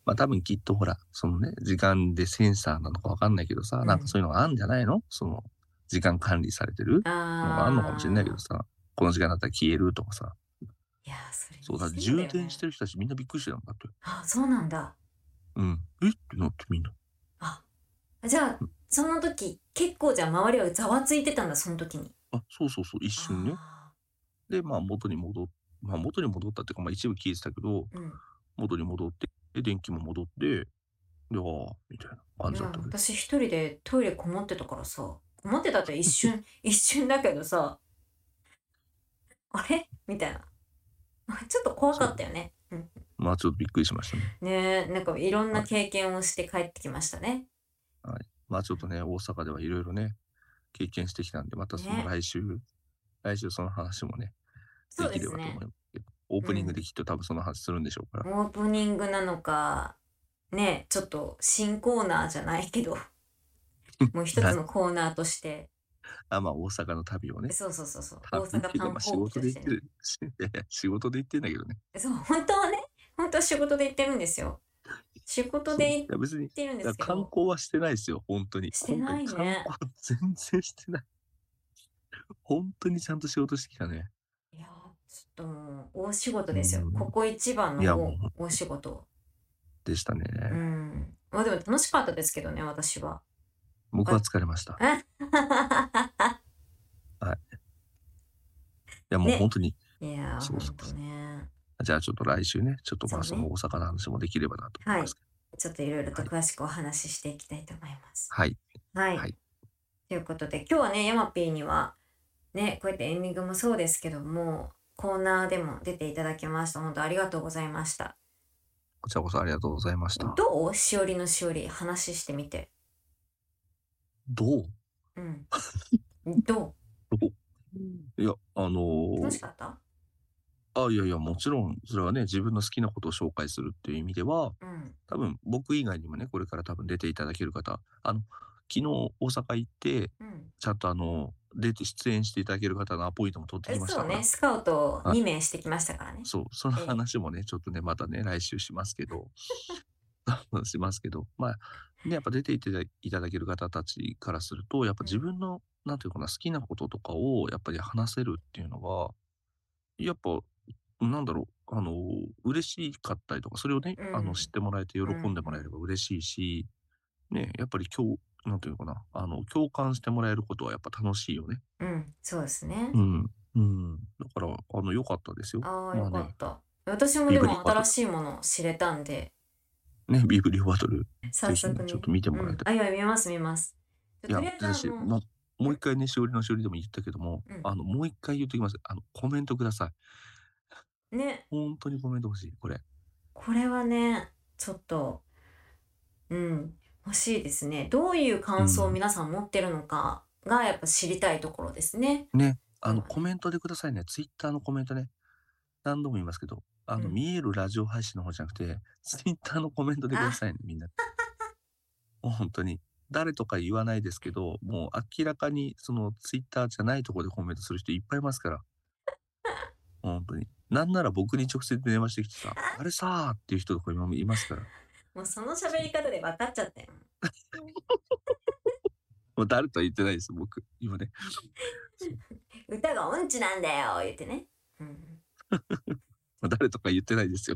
Speaker 2: まあ多分きっとほら、そのね、時間でセンサーなのかわかんないけどさ、
Speaker 1: うん
Speaker 2: なんかそういうのがあるんじゃないの？その、時間管理されてるのがあるのかもしれないけどさ、この時間だったら消えるとかさ。
Speaker 1: いやそれ
Speaker 2: そうだ、
Speaker 1: にしてもだ
Speaker 2: 充
Speaker 1: よね。
Speaker 2: 電してる人たちみんなびっくりしてたんだって。
Speaker 1: あ、そうなんだ。
Speaker 2: うん。えってなってみんな。
Speaker 1: あ、じゃあその時結構じゃあ周りはざわついてたんだ、その時に。
Speaker 2: あ、そうそうそう、一瞬ね。
Speaker 1: あ
Speaker 2: で、まあ元に戻ったっていうか、まあ一部消えてたけど、
Speaker 1: ー、うん。
Speaker 2: 元に戻って、で、電気も戻って、で、ああ、みたいな感
Speaker 1: いや
Speaker 2: じだったけど。
Speaker 1: 私一人でトイレこもってたからさ、こもってたって一瞬一瞬だけどさ、あれみたいな。ちょっと怖かったよね。うん、
Speaker 2: まあちょっとびっくりしましたね。
Speaker 1: ねえ、なんかいろんな経験をして帰ってきましたね。
Speaker 2: はい。まあちょっとね、大阪ではいろいろね、経験してきたんで、またその
Speaker 1: ね
Speaker 2: 来週その話もね、
Speaker 1: そ
Speaker 2: でき
Speaker 1: うですね。
Speaker 2: ればと思いますけど、オープニングできっと多分その話するんでしょうから。
Speaker 1: オープニングなのか、ね、ちょっと新コーナーじゃないけど、もう一つのコーナーとして、
Speaker 2: あ、まあ大阪の旅をね。
Speaker 1: そうそうそうそう、大
Speaker 2: 旅っていうか、
Speaker 1: 阪観
Speaker 2: まあ仕
Speaker 1: 光記としてね。
Speaker 2: 事で行ってる。いやいや、仕事で行ってんだけどね。
Speaker 1: そう、本当はね、本当は仕事で行ってるんですよ。仕事で行っ
Speaker 2: いや別に、
Speaker 1: てるんですけ
Speaker 2: 観
Speaker 1: ど、
Speaker 2: 光はしてないですよ、本当に。
Speaker 1: してないね
Speaker 2: 今回観光全然してない。本当にちゃんと仕事してきたね。
Speaker 1: いやー、ちょっともう大仕事ですよ。
Speaker 2: うん
Speaker 1: ここ一番
Speaker 2: いや
Speaker 1: の
Speaker 2: もう
Speaker 1: 大仕事。
Speaker 2: でしたね。
Speaker 1: うん。まあでも楽しかったですけどね、私は。
Speaker 2: 僕は疲れました。いやもう
Speaker 1: ね
Speaker 2: 本当に。
Speaker 1: いやー、ほ
Speaker 2: そうそうん
Speaker 1: とね。
Speaker 2: じゃあちょっと来週ね、ちょっとまあ
Speaker 1: そね
Speaker 2: そうの大阪の話もできればなと思いますけど。
Speaker 1: ちょっといろいろと詳しくお話ししていきたいと思います。
Speaker 2: はい。
Speaker 1: はい。
Speaker 2: はい
Speaker 1: ということで、今日はね、ヤマピーには、ね、こうやってエンディングもそうですけども、コーナーでも出ていただきました。本当ありがとうございました。
Speaker 2: こちらこそありがとうございました。
Speaker 1: どうしおりのしおり、話してみて。
Speaker 2: どう
Speaker 1: うん。ど
Speaker 2: いや、
Speaker 1: う楽しかった
Speaker 2: いやいや、もちろん、それはね、自分の好きなことを紹介するっていう意味では、
Speaker 1: うん。
Speaker 2: 多分僕以外にもね、これから多分出ていただける方、昨日大阪行って、
Speaker 1: うん。
Speaker 2: ちゃんと出て出演していただける方のアポイントも取ってきましたから。
Speaker 1: そうね、スカウト2名してきましたからね。
Speaker 2: そう、その話もね、ちょっとね、またね、来週しますけど、しますけど、まあ、ね、やっぱ出ていただける方たちからすると、やっぱ自分の、なんていうかな、好きなこととかを、やっぱり話せるっていうのが、やっぱ、なんだろう、嬉しかったりとか、それをね、
Speaker 1: うん
Speaker 2: 知ってもらえて喜んでもらえれば嬉しいし、ね、やっぱりなんていうのかな、共感してもらえることはやっぱ楽しいよね。
Speaker 1: うん、そうですね
Speaker 2: う。ん。うん。だから、良かったですよ。
Speaker 1: ああ、
Speaker 2: まあね
Speaker 1: よかっ、た。私もでも新しいものを知れたんで、
Speaker 2: ね、ビブリオバトル、ぜひね、
Speaker 1: 早速ね。
Speaker 2: ちょっと見てもらいたい。
Speaker 1: いや、見ます、見ます。
Speaker 2: いや
Speaker 1: とりあえ、ず
Speaker 2: だし、もう一回ね、しおりのしおりでも言ったけども、もう一回言ってきます。コメントください。
Speaker 1: ね、
Speaker 2: 本当にコメント欲しい、これ。
Speaker 1: これはね、ちょっと、欲しいですね。どういう感想を皆さん持ってるのかがやっぱ知りたいところですね。
Speaker 2: ね、
Speaker 1: そうね
Speaker 2: コメントでくださいね。ツイッターのコメントね。何度も言いますけど、見えるラジオ配信の方じゃなくて、ツイッターのコメントでくださいね、みんな。もう本当に。誰とか言わないですけど、もう明らかにそのツイッターじゃないところでコメントする人いっぱいいますから。本当に。なんなら僕に直接電話してきてさ、あれさーっていう人とか今もいますから。
Speaker 1: もうその喋り方で分かっちゃったよ。
Speaker 2: もう誰とは言ってないです、僕。今ね。
Speaker 1: 歌が音痴なんだよ言ってね。
Speaker 2: 誰とか言ってないですよ。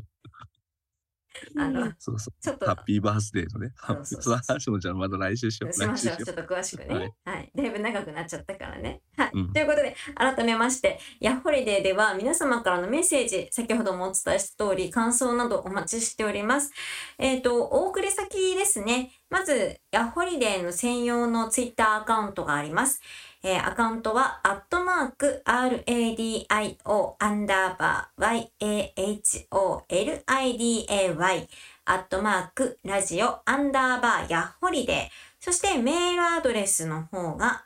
Speaker 2: そうそう。
Speaker 1: ちょっと
Speaker 2: ハッピーバースデーのね。
Speaker 1: そう
Speaker 2: その話もじゃあまた来週しよう。
Speaker 1: しましょう。ちょっと詳しくね。
Speaker 2: はい。
Speaker 1: だいぶ長くなっちゃったからね。はい。ということで、改めまして、ヤッホリデーでは皆様からのメッセージ、先ほどもお伝えした通り、感想などお待ちしております。お送り先ですね。まず、ヤッホリデーの専用のツイッターアカウントがあります。アカウントは、@RADIO_YAHOLIDAYラジオ_ヤッホリデー。そしてメールアドレスの方が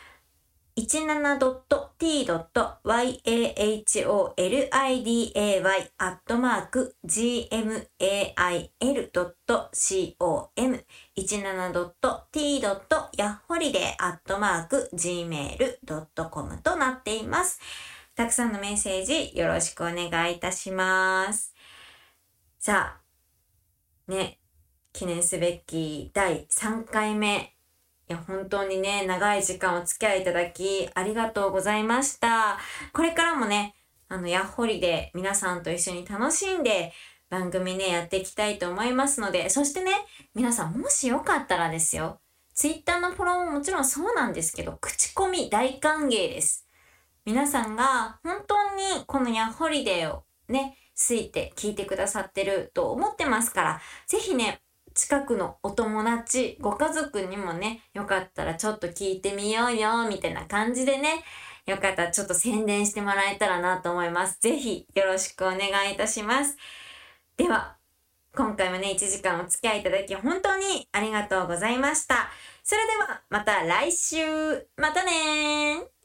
Speaker 1: 17.t.yaholiday@gmail.com17.t.yaholiday@gmail.com となっています。たくさんのメッセージよろしくお願いいたします。さあ、 ね、記念すべき第3回目。いや、本当にね、長い時間お付き合いいただき、ありがとうございました。これからもね、ヤッホリで皆さんと一緒に楽しんで、番組ね、やっていきたいと思いますので、そしてね、皆さんもしよかったらですよ、Twitter のフォローももちろんそうなんですけど、口コミ大歓迎です。皆さんが本当にこのヤッホリデーをね、好いて聞いてくださってると思ってますから、ぜひね、近くのお友達、ご家族にもね、よかったらちょっと聞いてみようよ、みたいな感じでね、よかったらちょっと宣伝してもらえたらなと思います。ぜひよろしくお願いいたします。では、今回もね、1時間お付き合いいただき本当にありがとうございました。それではまた来週、またねー。